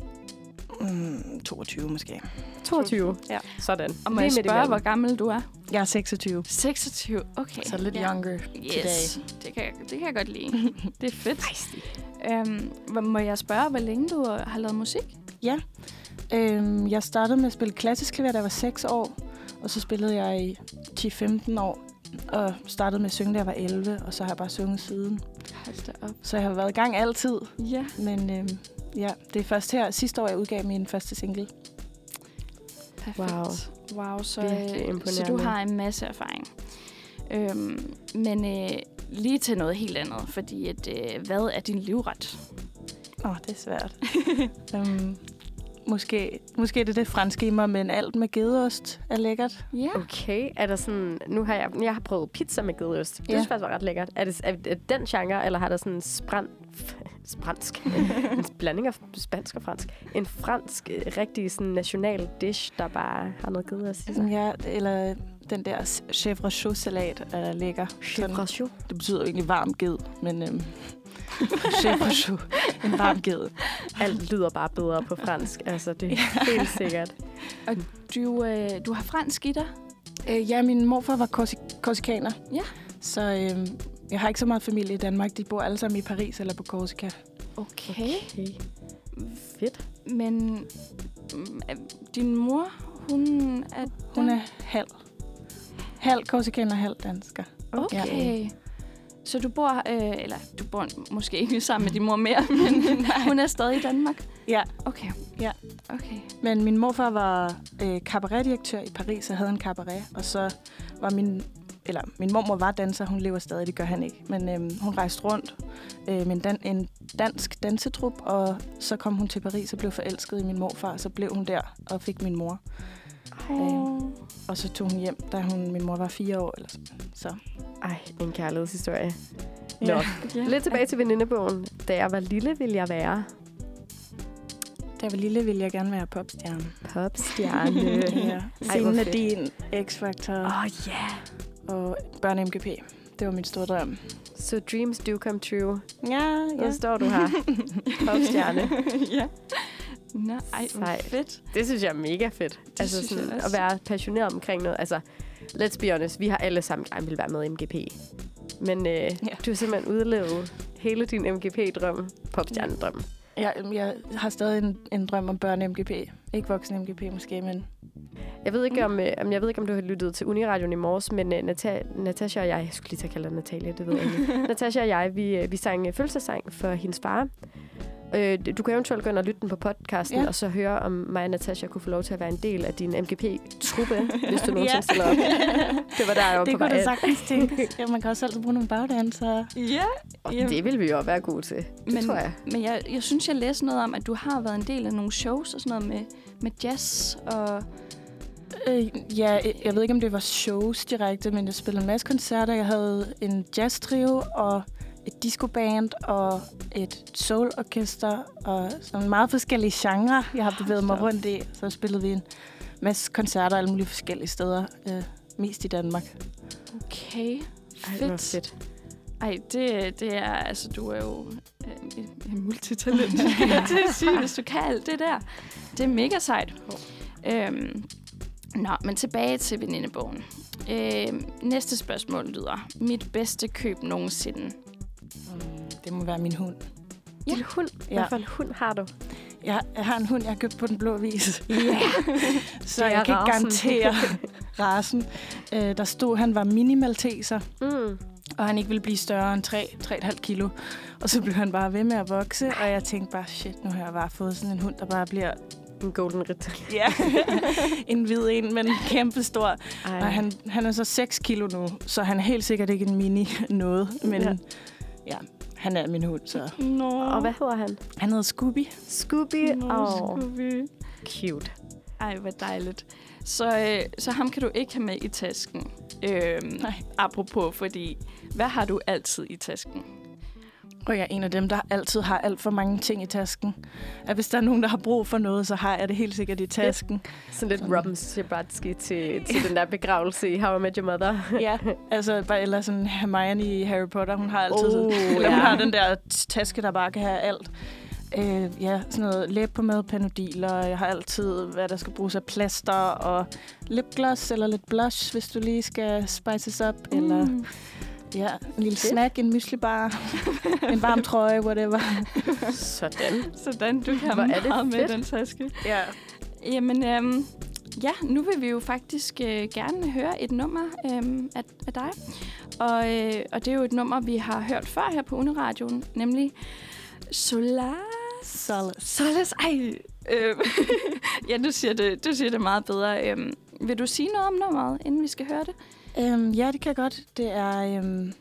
Mm, toogtyve måske. toogtyve? Ja. Sådan. Og må jeg spørge, hvor gammel du er? Jeg er seksogtyve. seksogtyve, okay. Så lidt ja. younger yes. today. Det kan, det kan jeg godt lide. Det er fedt. Øhm, må jeg spørge, hvor længe du har lavet musik? Ja. Øhm, jeg startede med at spille klassisk klaver, da jeg var seks år. Og så spillede jeg i ti til femten år. Og startede med at synge, da jeg var elleve. Og så har jeg bare sunget siden. Hold da op. Så jeg har været i gang altid. Ja. Men øhm, ja, det er først her. Sidste år, jeg udgav min første single. Perfekt. Wow. Wow, så, så du har en masse erfaring. Øhm, men øh, lige til noget helt andet, fordi at, øh, hvad er din livret? Åh, oh, det er svært. um, måske, måske det er det franske i mig, men alt med gedeost er lækkert. Ja. Okay, er der sådan... Nu har jeg, jeg har prøvet pizza med gedeost. Det Ja. synes faktisk var ret lækkert. Er det, er det den genre, eller har der sådan en spran... Fransk. En blanding af spansk og fransk. En fransk, øh, rigtig sådan national dish, der bare har noget gedeost i sig. Ja, eller den der chèvre chaud salat er lækker. Chèvre chaud. Det betyder jo egentlig varm ged, men øhm, chèvre chaud, en varm ged. Alt lyder bare bedre på fransk. Altså, det er helt sikkert. Og du, øh, du har fransk i dig? Øh, ja, min morfar var korsi- korsikaner. Ja. Så øhm, jeg har ikke så meget familie i Danmark. De bor alle sammen i Paris eller på Korsika. Okay. Okay. Fedt. Men mm, øh, din mor, hun er... Hun er halv. Halv korsikaner, halv dansker. Okay. Ja. Så du bor, øh, eller du bor måske ikke sammen med din mor mere, men hun er stadig i Danmark? Ja. Okay. Ja. Okay. Men min morfar var øh, cabaretdirektør i Paris og havde en cabaret. Og så var min... Eller min mormor var danser, hun lever stadig, det gør han ikke. Men øhm, hun rejste rundt øh, med en, dan- en dansk dansetrup, og så kom hun til Paris og blev forelsket i min morfar. Så blev hun der og fik min mor. Oh. Øh, og så tog hun hjem, da hun, min mor var fire år. Eller sådan. Så. Ej, en kærlighedshistorie. Nå, Ja. Ja. lidt tilbage til venindebogen. Da jeg var lille, ville jeg være Da jeg var lille, ville jeg gerne være popstjerne. popstjerne. Ja. hvor Scenen er fedt. din, X-Factor Åh, oh, ja. Yeah. og børne M G P. Det var min store drøm. Så dreams do come true. Ja, Ja. Så står du her. Popstjerne. Ja. Nå, ej, hvor Sejt. fedt. Det synes jeg er mega fedt. Det altså synes jeg sådan, også. at være passioneret omkring noget. Altså, let's be honest. Vi har alle sammen gerne vil være med i M G P. Men øh, ja. du har simpelthen udlevet hele din M G P-drøm. Popstjerne-drøm. Jeg, jeg har stadig en, en drøm om børne M G P. Ikke voksen M G P måske, men... Jeg ved ikke, om, øh, om, jeg ved ikke, om du har lyttet til Uniradioen i morges, men øh, Nata- Natasha og jeg... Jeg skulle lige til at kalde dig Natalia, det ved jeg ikke. Natasha og jeg, vi, øh, vi sang øh, fødselsdagssang for hendes far. Øh, du kan eventuelt gå ind og lytte den på podcasten, Ja. og så høre, om mig og Natasha kunne få lov til at være en del af din M G P-truppe, hvis du nogensinde Ja. stiller op. Det var der, jeg var Det på kunne vej. du sagtens tænke. Ja, man kan også altid bruge nogle bagdanser. Ja. Og det vil vi jo være gode til. Det men, tror jeg. Men jeg, jeg synes, jeg læste noget om, at du har været en del af nogle shows og sådan noget med, med jazz og... Øh, ja, jeg ved ikke, om det var shows direkte, men jeg spillede en masse koncerter. Jeg havde en jazztrio og et discoband og et soul-orkester og sådan meget forskellige genrer, jeg har bevæget mig rundt i. Så spillede vi en masse koncerter alle mulige forskellige steder, øh, mest i Danmark. Okay. Ej, det var fedt. Ej, det, det er, altså, du er jo øh, en multitalent, skal jeg til at sige, hvis du kan alt det der. Det er mega sejt. Øhm, nå, men tilbage til venindebogen. Øhm, næste spørgsmål lyder, mit bedste køb nogensinde. Mm, det må være min hund. Ja. En hund? Hvad Ja. for en hund har du? Jeg, jeg har en hund, jeg har købt på Den Blå Avis. Ja. Så Det er jeg kan ikke racen. garantere racen. Øh, der stod, at han var mini-malteser, Mm. og han ikke ville blive større end tre til tre komma fem kilo. Og så blev han bare ved med at vokse, og jeg tænkte bare, shit, nu har jeg bare fået sådan en hund, der bare bliver En golden retriever. ja, en hvid en, men kæmpe stor. Ej. Og han, han er så seks kilo nu, så han er helt sikkert ikke en mini noget. Men Ja. ja, ja han er min hund, så... Nå. Og hvad hedder han? Han hedder Scooby. Scooby. Nå, Åh, Scooby. cute. Ej, hvor dejligt. Så, øh, så ham kan du ikke have med i tasken. Øhm, Nej. Apropos, fordi hvad har du altid i tasken? Og jeg er en af dem, der altid har alt for mange ting i tasken. At hvis der er nogen, der har brug for noget, så har jeg det helt sikkert i tasken. Sådan lidt Sådan. Robin Scherbatsky til, til den der begravelse i How I Met Your Mother. Ja, altså bare eller sådan Hermione i Harry Potter, hun har altid Oh, eller hun ja. har den der taske, der bare kan have alt. Øh, ja, sådan noget læbepomade, panodiler. Jeg har altid, hvad der skal bruges af plaster og lipgloss eller lidt blush, hvis du lige skal spices up. Mm. Eller ja, en lille Fedt. snack, en myslibar, en varm trøje, whatever. Sådan. Sådan, du kan Hvor er det meget med fedt. den taske. Ja. Jamen, øhm, ja, nu vil vi jo faktisk øh, gerne høre et nummer øhm, af, af dig. Og, øh, og det er jo et nummer, vi har hørt før her på Uniradioen, nemlig Solar... Solace. Solace, ej. Øh, ja, du siger, det, du siger det meget bedre. Øhm, vil du sige noget om nummeret, inden vi skal høre det? Øhm, ja, det kan jeg godt. Det er øhm,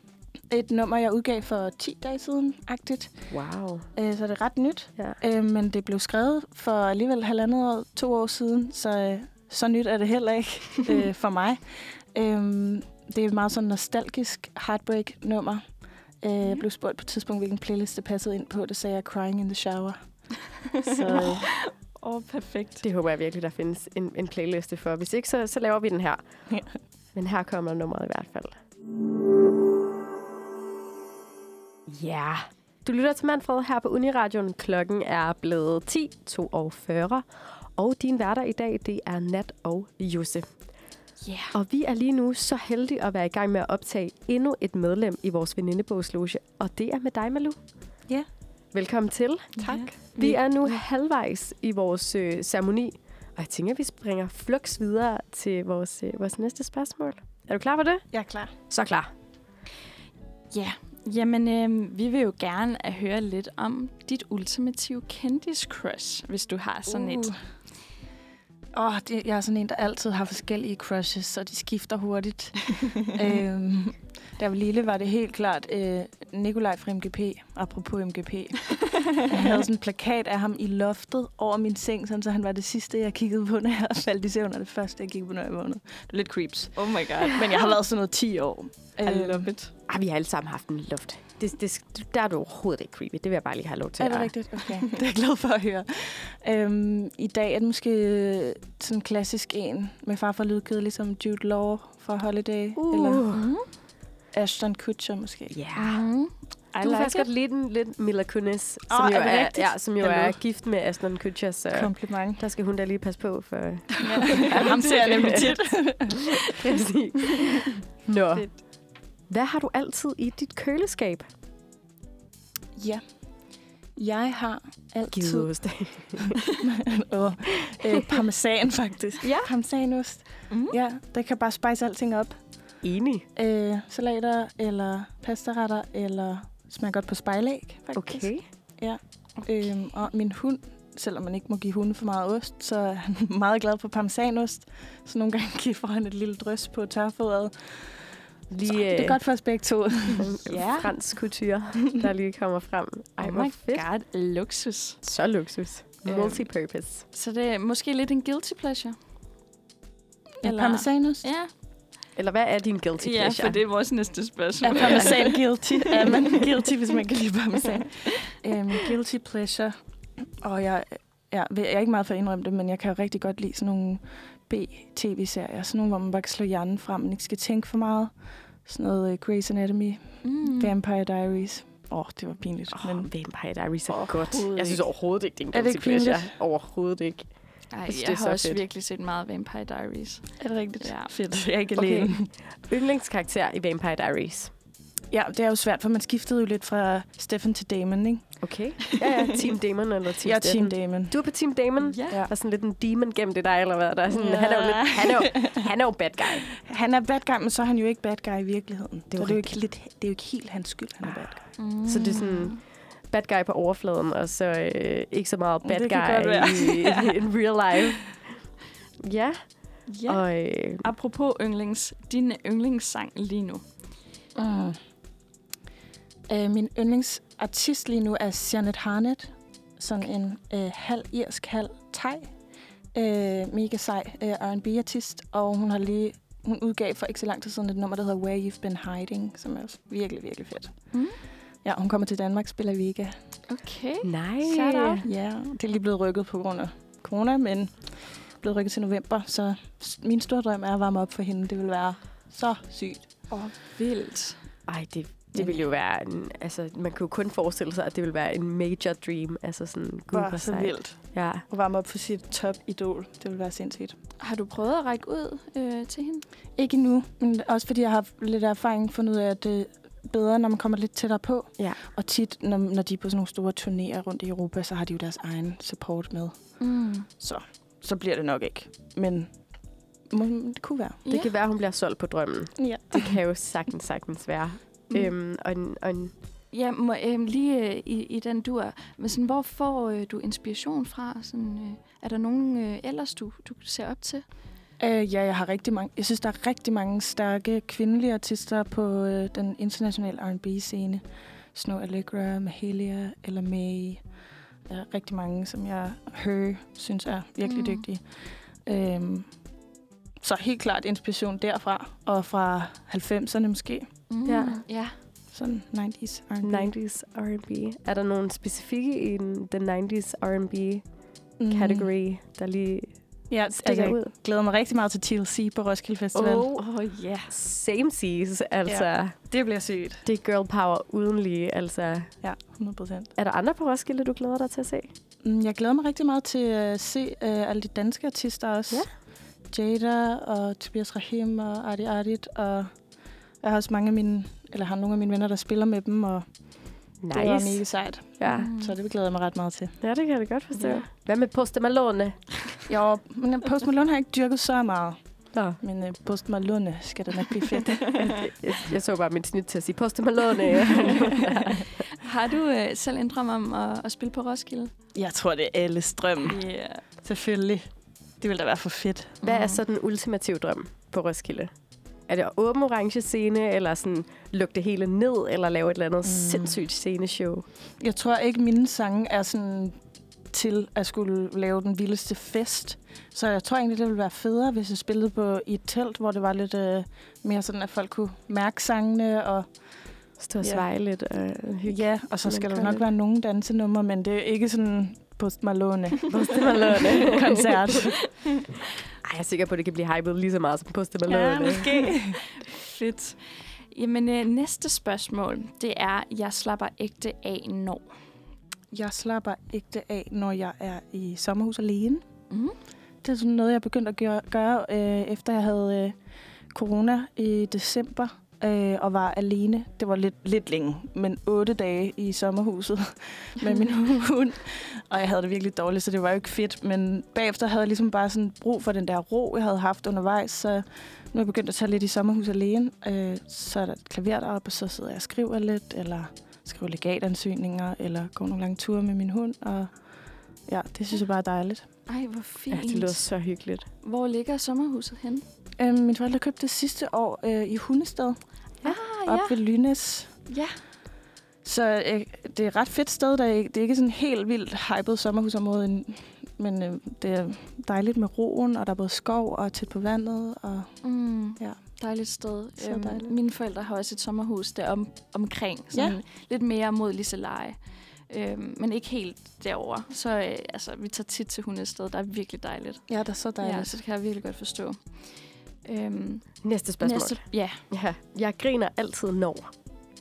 et nummer, jeg udgav for ti dage siden-agtigt. Wow. Øh, så det er ret nyt. Ja. Øh, men det blev skrevet for alligevel halvandet år, to år siden, så, øh, så nyt er det heller ikke øh, for mig. Øh, det er et meget sådan nostalgisk heartbreak-nummer. Øh, jeg blev spurgt på et tidspunkt, hvilken playlist det passede ind på. Det sagde jeg Crying in the Shower. Så øh, Åh, oh, perfekt. Det håber jeg virkelig, der findes en, en playliste for. Hvis ikke, så, så laver vi den her. Ja. Men her kommer nummeret i hvert fald. Ja. Yeah. Du lytter til Manfred her på Uniradioen. Klokken er blevet ti toogfyrre. Og din værter i dag, det er Nat og Jusse. yeah. Og vi er lige nu så heldige at være i gang med at optage endnu et medlem i vores venindebogsloge. Og det er med dig, Malou. Ja. Velkommen til. Tak. Vi er nu halvvejs i vores øh, ceremoni. Og jeg tænker, vi springer flux videre til vores, øh, vores næste spørgsmål. Er du klar på det? Jeg er klar. Så klar. Ja. Jamen, øh, vi vil jo gerne at høre lidt om dit ultimative kendis-crush, hvis du har sådan et. Åh, oh, jeg er sådan en, der altid har forskellige crushes, så de skifter hurtigt. øhm, da jeg var lille, var det helt klart øh, Nikolaj fra M G P, apropos M G P. Jeg havde sådan en plakat af ham i loftet over min seng, sådan, så han var det sidste, jeg kiggede på, når jeg faldt i søvn, og det første, jeg kiggede på, når jeg vågnede. Det var lidt creeps. Oh my god. Men jeg har været sådan noget ti år. I love it. Ah, vi har alle sammen haft en luft. Det, det, der er du overhovedet ikke creepy. Det vil jeg bare lige have lov til. Er det rigtigt? Okay. Det er jeg glad for at høre. Øhm, I dag er det måske sådan en klassisk en med far for lydkede, ligesom Jude Law fra Holiday. Uh. Eller Mm. Ashton Kutcher måske. Ja. Mm. Du kan faktisk godt lide den lidt Mila Kunis, som Åh, jo er det er, rigtigt? ja, som jo Hallo. er gift med Ashton Kutcher, så Kompliment. der skal hun da lige passe på for. Ja, ham ser jeg nemlig tit. Præcis. Nå. Fedt. Hvad har du altid i dit køleskab? Ja. Jeg har altid... Givedost. Åh, øh, parmesan, faktisk. Ja. Parmesanost. Mm. Ja, der kan bare spice alting op. Enig. Øh, salater, eller pastaretter, eller smager godt på spejlæg, faktisk. Okay. Øhm, og min hund, selvom man ikke må give hunden for meget ost, så er han meget glad for parmesanost. Så nogle gange giver han et lille drøs på tørfodet. Lige, Så det er godt for os begge to. ja. Fransk couture, der lige kommer frem. Ej, Oh hvor my fedt. god, luksus. Så luksus. Øhm. Multipurpose. Så det er måske lidt en guilty pleasure. Eller parmesanost? Ja, Eller hvad er din guilty ja, pleasure? for det er vores næste spørgsmål. Er parmesan guilty? Er man guilty, hvis man kan lide parmesan? Um, guilty pleasure. Og jeg, jeg, jeg er ikke meget for at indrømme det, men jeg kan jo rigtig godt lide sådan nogle B-tv-serier. Sådan nogle, hvor man bare kan slå hjernen frem, men ikke skal tænke for meget. Sådan noget uh, Grey's Anatomy, Mm. Vampire Diaries. Åh, oh, det var pinligt. Oh, Men Vampire Diaries er godt. Overhovedet Jeg synes ikke. overhovedet ikke, det er en Er det guilty ikke pinligt? pleasure. Overhovedet ikke. Ej, Jeg synes, jeg, det er har så også fedt. virkelig set meget Vampire Diaries. er det rigtigt? Ja. Fedt. Jeg er ikke Okay. alene. Yndlingskarakter i Vampire Diaries. Ja, det er jo svært, for man skiftede jo lidt fra Stefan til Damon, ikke? Okay. Ja, ja. Team Damon eller Team Jeg er Team Stefan? Damon. Du er på Team Damon? Ja. Ja. Der er sådan lidt en demon gennem det dig, eller hvad? Der er sådan, Ja. han, er jo lidt, han, er jo, han er jo bad guy. Han er bad guy, men så er han jo ikke bad guy i virkeligheden. Det er jo så det er jo ikke, rigtigt. lidt, det er jo ikke helt hans skyld, han er bad guy. Mm. Så det er sådan bad guy på overfladen, og så øh, ikke så meget bad Det kan godt guy være. i in real life. Ja, Ja. og øh, Apropos yndlings, din yndlingssang lige nu. Mm. Øh, min yndlingsartist lige nu er Janet Harnett. Sådan en øh, halv irsk, halv thai. Øh, mega sej øh, R and B-artist. Og hun har lige hun udgav for ikke så lang tid siden et nummer, der hedder Where You've Been Hiding, som er også virkelig, virkelig fedt. Mm. Ja, hun kommer til Danmark, spiller i Vega. Okay. nej. Shout out. Ja, det er lige blevet rykket på grund af corona, men blevet rykket til november. Så s- min store drøm er at varme op for hende. Det vil være så sygt. Åh, oh, vildt. Ej, det, det ville jo være en, altså, man kan jo kun forestille sig, at det ville være en major dream. Altså sådan, gud, hvor Bare så sejt. vildt. Ja. At varme op for sit top-idol. Det vil være sindssygt. Har du prøvet at række ud øh, til hende? Ikke nu, men også fordi jeg har haft lidt erfaring fundet ud af, at det er bedre, når man kommer lidt tættere på. Ja. Og tit, når, når de er på sådan nogle store turnéer rundt i Europa, så har de jo deres egen support med. Mm. Så, så bliver det nok ikke. Men må, det kunne være. Det kan være, hun bliver solgt på drømmen. Ja. Det kan jo sagtens, sagtens være. Mm. Øhm, og en, og en, Ja, må, øh, lige øh, i, i den dur. Men sådan, hvor får øh, du inspiration fra? Sådan, øh, er der nogen øh, ellers, du, du ser op til? Uh, ja, jeg har rigtig mange. Jeg synes, der er rigtig mange stærke kvindelige artister på uh, den internationale R and B-scene. Snow Allegra, Mahalia, Ella Mai. Der er rigtig mange, som jeg hører, synes er virkelig Mm. dygtige. Um, så helt klart inspiration derfra, og fra halvfemserne måske. Mm. Ja. ja. Sådan nioghalvfems R and B. nioghalvfems R and B. Er der nogen specifikke i den, den nioghalvfems R and B-category, mm. der lige Ja, stikker altså, jeg ud? glæder mig rigtig meget til T L C på Roskilde Festival. Oh, oh yeah. Same seas, altså. Ja. Det bliver sygt. Det er girl power uden lige, altså. Ja, hundrede procent. Er der andre på Roskilde, du glæder dig til at se? Mm, Jeg glæder mig rigtig meget til at se uh, alle de danske artister også. Ja. Jada og Tobias Rahim og Adi Adit. Og jeg har også mange af mine, eller har nogle af mine venner, der spiller med dem, og Nice. det var mega sejt. Ja. Mm. Så det glæder jeg mig ret meget til. ja, det kan jeg da godt forstå. Ja. Hvad med Post Malone? Jo, men Post Malone har jeg ikke dyrket så meget. Nå. Men uh, Post Malone skal da nok blive fedt. jeg, jeg så bare mit snit til at sige Post Malone. Har du øh, selv en drøm om at, at spille på Roskilde? Jeg tror, det er alles drøm. Yeah. Selvfølgelig. Det ville da være for fedt. Hvad er så den ultimative drøm på Roskilde? Er det at åbne orange scene, eller sådan lukke det hele ned, eller lave et eller andet mm. sindssygt sceneshow? Jeg tror ikke, mine sange er sådan til at skulle lave den vildeste fest. Så jeg tror egentlig, det ville være federe, hvis jeg spillede på i et telt, hvor det var lidt øh, mere sådan, at folk kunne mærke sangene. Og, Stå og Ja. sveje lidt og hygge. ja, og så Men skal der gør nok lidt. være nogle dansenumre, men det er ikke sådan Post Malone Post Malone. koncert. Ej, jeg er sikker på, at det kan blive hypet lige så meget som Post Malone. Ja, måske. Fedt. Jamen, øh, næste spørgsmål, det er, jeg slapper ægte af når. Jeg slapper ægte af, når jeg er i sommerhus alene. Mm. Det er sådan noget, jeg begyndte at gøre, gøre øh, efter jeg havde øh, corona i december øh, og var alene. Det var lidt, lidt længe, men otte dage i sommerhuset med min hund. Og jeg havde det virkelig dårligt, så det var jo ikke fedt. Men bagefter havde jeg ligesom bare sådan brug for den der ro, jeg havde haft undervejs. Så nu er jeg begyndt at tage lidt i sommerhus alene. Øh, så er der et klaver deroppe, og så sidder jeg og skriver lidt, eller skriver legatansøgninger, eller går nogle lange ture med min hund. Og ja, det synes jeg bare er dejligt. Ej, hvor fint. Ja, det lyder så hyggeligt. Hvor ligger sommerhuset henne? Øh, min forældre købte det sidste år øh, i Hundested. Ah, Op ved Lynæs. Ja. Så øh, det er et ret fedt sted. Der er, det er ikke sådan helt vildt hyped sommerhusområde, men øh, det er dejligt med roen, og der er både skov og tæt på vandet. Og Mm. Ja. Dejligt sted. Så Øhm, dejligt. Mine forældre har også et sommerhus der om, omkring. Sådan Ja. lidt mere mod Liseleje. Øhm, men ikke helt derover. Så øh, altså, vi tager tit til Hundested. Der er virkelig dejligt. ja, det er så dejligt. Ja, så det kan jeg virkelig godt forstå. Øhm, Næste spørgsmål. næste, ja. Ja, jeg griner altid når.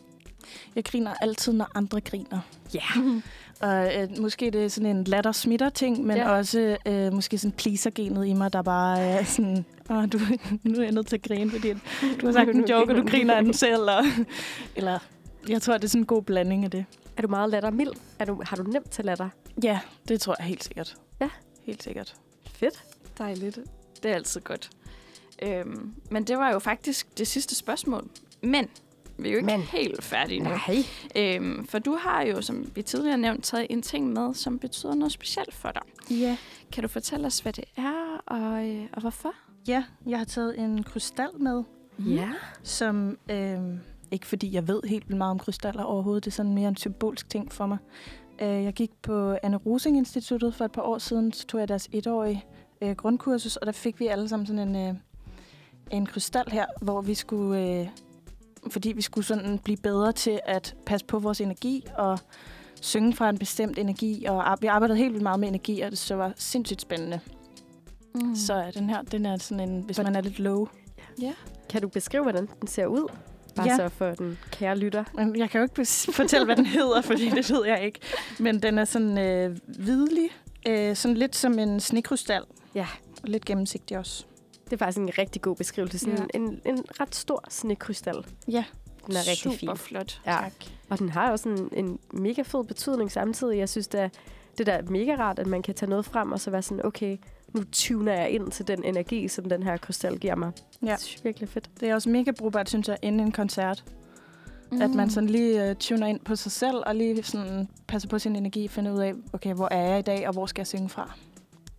Jeg griner altid, når andre griner. Ja. Og øh, måske det er sådan en latter-smitter-ting, men Ja. ja. også øh, måske sådan pleaser-genet i mig, der bare er sådan, åh, du, nu er jeg nødt til at grine, fordi du har sagt en joke, og du griner af den selv. Og, eller, jeg tror, det er sådan en god blanding af det. Er du meget lattermild? Er du, har du nemt til latter? Ja, det tror jeg helt sikkert. Ja. Helt sikkert. Fedt. Dejligt. Det er altid godt. Øhm, men det var jo faktisk det sidste spørgsmål. Men vi er jo ikke Men. helt færdige nu. Nej. Øhm, for du har jo, som vi tidligere nævnt, taget en ting med, som betyder noget specielt for dig. Ja. Kan du fortælle os, hvad det er, og, øh, og hvorfor? Ja, jeg har taget en krystal med, Ja. som øh, ikke fordi jeg ved helt vildt meget om krystaller overhovedet. Det er sådan mere en symbolsk ting for mig. Øh, jeg gik på Anne Rosing Instituttet for et par år siden, så tog jeg deres etårige øh, grundkursus, og der fik vi alle sammen sådan en, øh, en krystal her, hvor vi skulle, øh, fordi vi skulle sådan blive bedre til at passe på vores energi og synge fra en bestemt energi, og ar- vi arbejdede helt vildt meget med energi, og det så var sindssygt spændende. Mm. Så er den her, den er sådan en, hvis man er lidt low. Ja. Kan du beskrive, hvordan den ser ud? Bare Ja. så for den kære lytter. Men jeg kan jo ikke bes- fortælle, hvad den hedder, fordi det ved jeg ikke. Men den er sådan øh, hvidlig, øh, sådan lidt som en snekrystal. Ja. Og lidt gennemsigtig også. Det er faktisk en rigtig god beskrivelse. Sådan Ja. en, en ret stor snekrystal. Ja. Den er rigtig Super fin. flot. Ja. Tak. Og den har også en, en mega fed betydning samtidig. Jeg synes, det er, det der er mega rart, at man kan tage noget frem og så være sådan, okay, nu tuner jeg ind til den energi, som den her krystal giver mig. Ja. Det synes jeg virkelig fedt. Det er også mega brugbart, synes jeg, inden en koncert. Mm. At man sådan lige uh, tuner ind på sig selv, og lige sådan passer på sin energi, finder ud af, okay, hvor er jeg i dag, og hvor skal jeg synge fra?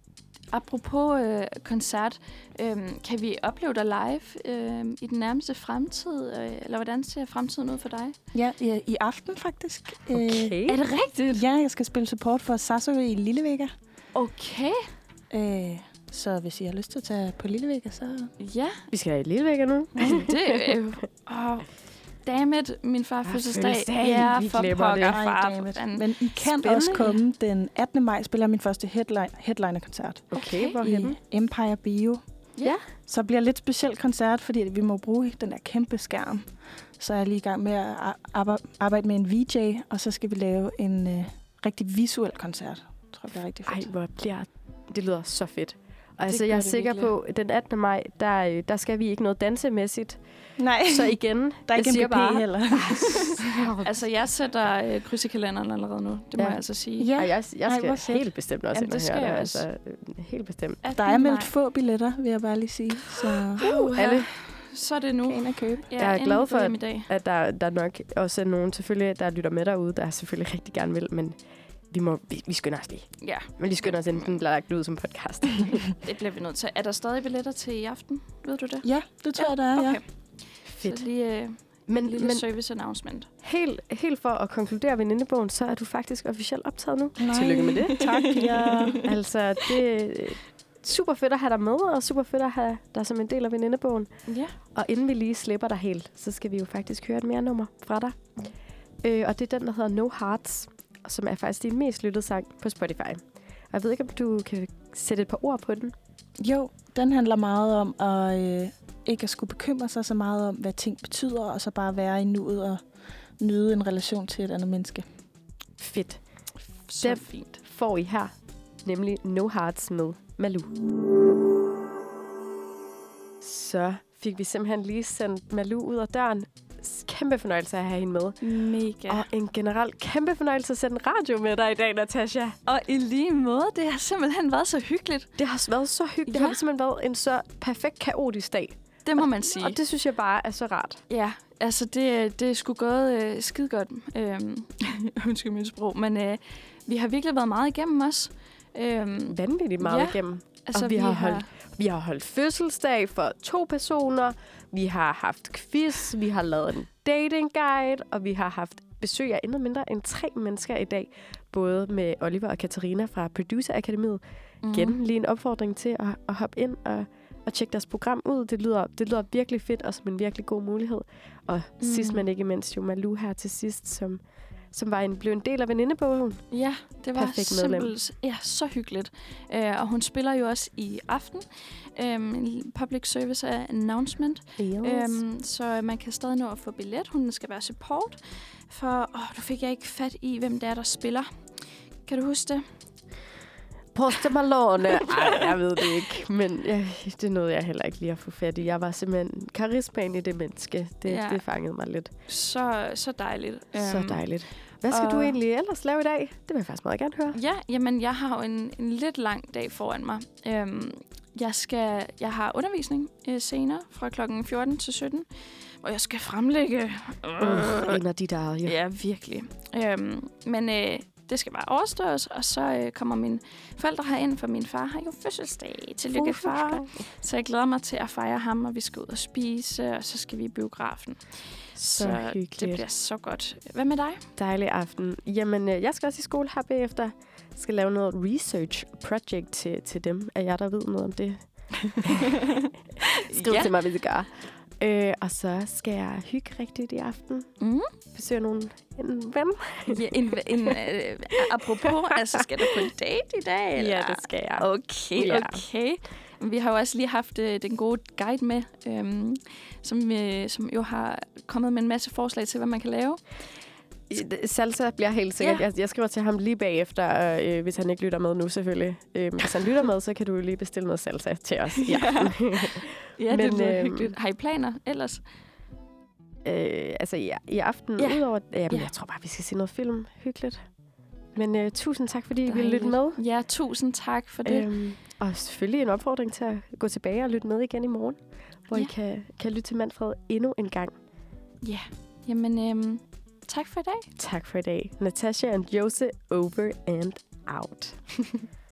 apropos øh, koncert, øh, kan vi opleve dig live øh, i den nærmeste fremtid? Øh, eller hvordan ser fremtiden ud for dig? Ja, i, i aften faktisk. Okay. Er det rigtigt? Ja, jeg skal spille support for Sasso i Lillevega. Okay. Øh, så hvis I har lyst til at tage på Lillevega, så... Ja. Vi skal have et lille væk nu. Det øh, oh, dammit, min far fødselsdag. fødselsdag. Ja, Vi for glemmer det. pokker, Ej, far. dammit. Men, Men I kan Spændende. også komme den attende maj, spiller jeg min første headline, headliner-koncert Okay, hvorhenne? i Empire Bio. Ja. Så bliver det lidt speciel koncert, fordi vi må bruge den der kæmpe skærm. Så er jeg lige i gang med at ar- arbejde med en V J, og så skal vi lave en øh, rigtig visuel koncert. Jeg tror, det bliver rigtig Ej, fedt. hvor bliver... Det lyder så fedt. Og altså, gør jeg er det sikker virkelig. på, at den attende maj, der, øh, der skal vi ikke noget dansemæssigt. Nej, Så igen, der er jeg ikke siger en B P bare, heller. Altså, jeg sætter øh, kryds i kalenderen allerede nu. Det må Ja. jeg altså sige. Ja, Ej, jeg, jeg Ej, skal hvor fedt. helt bestemt også Jamen, ind og det skal høre det. jeg også. Altså, øh, helt bestemt. der er meldt få billetter, vil jeg bare lige sige. Så Uh, Alle. Så er det nu. kan ind og købe. Ja, Jeg er inden glad vi for, går hjem i dag. At der, der er nok også nogen, selvfølgelig, der lytter med derude, der selvfølgelig rigtig gerne vil, men vi, må, vi, vi skynder os lige. Ja, Men vi skynder os, inden den bliver lagt ud som podcast. det bliver vi nødt til. Er der stadig billetter til i aften? Ved du det? Ja, det tror jeg, der er, ja. Okay. Fedt. Så lige øh, Men, en lille men service announcement. helt, helt for at konkludere venindebogen, så er du faktisk officielt optaget nu. Nej. Tillykke med det. Tak, Pia. Altså, det er super fedt at have dig med, og super fedt at have dig som en del af venindebogen. Ja. Og inden vi lige slipper dig helt, så skal vi jo faktisk høre et mere nummer fra dig. Øh, og det er den, der hedder No Hearts, som er faktisk din mest lyttede sang på Spotify. Og jeg ved ikke, om du kan sætte et par ord på den. Jo, den handler meget om at øh, ikke at skulle bekymre sig så meget om, hvad ting betyder, og så bare være i nuet og nyde en relation til et andet menneske. Fedt. Så Den fint. får I her, nemlig No Hearts med Malou. Så fik vi simpelthen lige sendt Malou ud af døren. Kæmpe fornøjelse at have hende med. Mega. Og en generelt kæmpe fornøjelse at sende radio med dig i dag, Natasha. Og i lige måde, det har simpelthen været så hyggeligt. Det har været så hyggeligt. Det Ja. har simpelthen været en så perfekt kaotisk dag. Det må man sige. Og det synes jeg bare er så rart. Ja, altså det, det er sgu gået øh, skide godt. Øhm, undskyld mit sprog, men øh, vi har virkelig været meget igennem os. Øhm, Vanvittigt meget Ja. igennem. altså, vi har holdt- Vi har holdt fødselsdag for to personer. Vi har haft quiz. Vi har lavet en dating guide. Og vi har haft besøg af endnu mindre end tre mennesker i dag. Både med Oliver og Katarina fra Producer Akademiet. mm. Igen lige en opfordring til at, at hoppe ind og, og tjekke deres program ud. Det lyder, det lyder virkelig fedt og som en virkelig god mulighed. Og mm. sidst men ikke mindst jo Malou her til sidst, som, som var en, blev en del af venindebogen. Ja, det var Perfekt medlem. simpelthen ja, så hyggeligt. Uh, og hun spiller jo også i aften. Um, en public service announcement. Yes. Um, så man kan stadig nå at få billet. Hun skal være support. For åh, nu fik jeg ikke fat i, hvem det er, der spiller. Kan du huske det? Poste Malone. Ej, jeg ved det ikke. Men ja, det nåede jeg heller ikke lige at få fat i. Jeg var simpelthen karismaen i det menneske. Det, Ja. ja. det fangede mig lidt. Så, så dejligt. Så Øhm, dejligt. Hvad skal og- du egentlig ellers lave i dag? Det vil jeg faktisk meget gerne høre. Ja, jamen jeg har jo en, en lidt lang dag foran mig. Øhm, jeg, skal, jeg har undervisning øh, senere fra klokken fjorten til sytten, hvor jeg skal fremlægge. Uh, en af de der, ja. Ja, virkelig. Øhm, men øh, det skal bare overstås, og så øh, kommer mine forældre herind, for min far har jo fødselsdag. Tillykke, far. Så jeg glæder mig til at fejre ham, og vi skal ud og spise, og så skal vi i biografen. Så så hyggeligt. det bliver så godt. Hvad med dig? Dejlig aften. Jamen, øh, jeg skal også i skole her bagefter. Jeg skal lave noget research project til, til dem af jer, der ved noget om det. Skriv Ja. til mig, hvis I gør. Øh, og så skal jeg hygge rigtigt i aften. Mm. Besøge nogen, en ven. Ja, en, en, øh, apropos, altså skal du på en date i dag? Eller? Ja, det skal jeg. Okay, Ja. okay. Vi har jo også lige haft øh, den gode guide med, øhm, som, øh, som jo har kommet med en masse forslag til, hvad man kan lave. Salsa bliver helt sikkert. Ja. Jeg, jeg skriver til ham lige bagefter, øh, hvis han ikke lytter med nu selvfølgelig. Øh, hvis han lytter med, så kan du jo lige bestille noget salsa til os. Ja. Ja, det Men, bliver øhm, hyggeligt. Har I planer ellers? øh, altså i, i aften, Ja. ja. udover... Jamen, Ja. jeg tror bare, vi skal se noget film. Hyggeligt. Men øh, tusind tak, fordi I ville Dejligt. lytte med. Ja, tusind tak for det. Øhm, og selvfølgelig en opfordring til at gå tilbage og lytte med igen i morgen, hvor Ja. I kan, kan lytte til Manfred endnu en gang. Ja, jamen øhm, tak for i dag. Tak for i dag. Natasha and Jose over and out.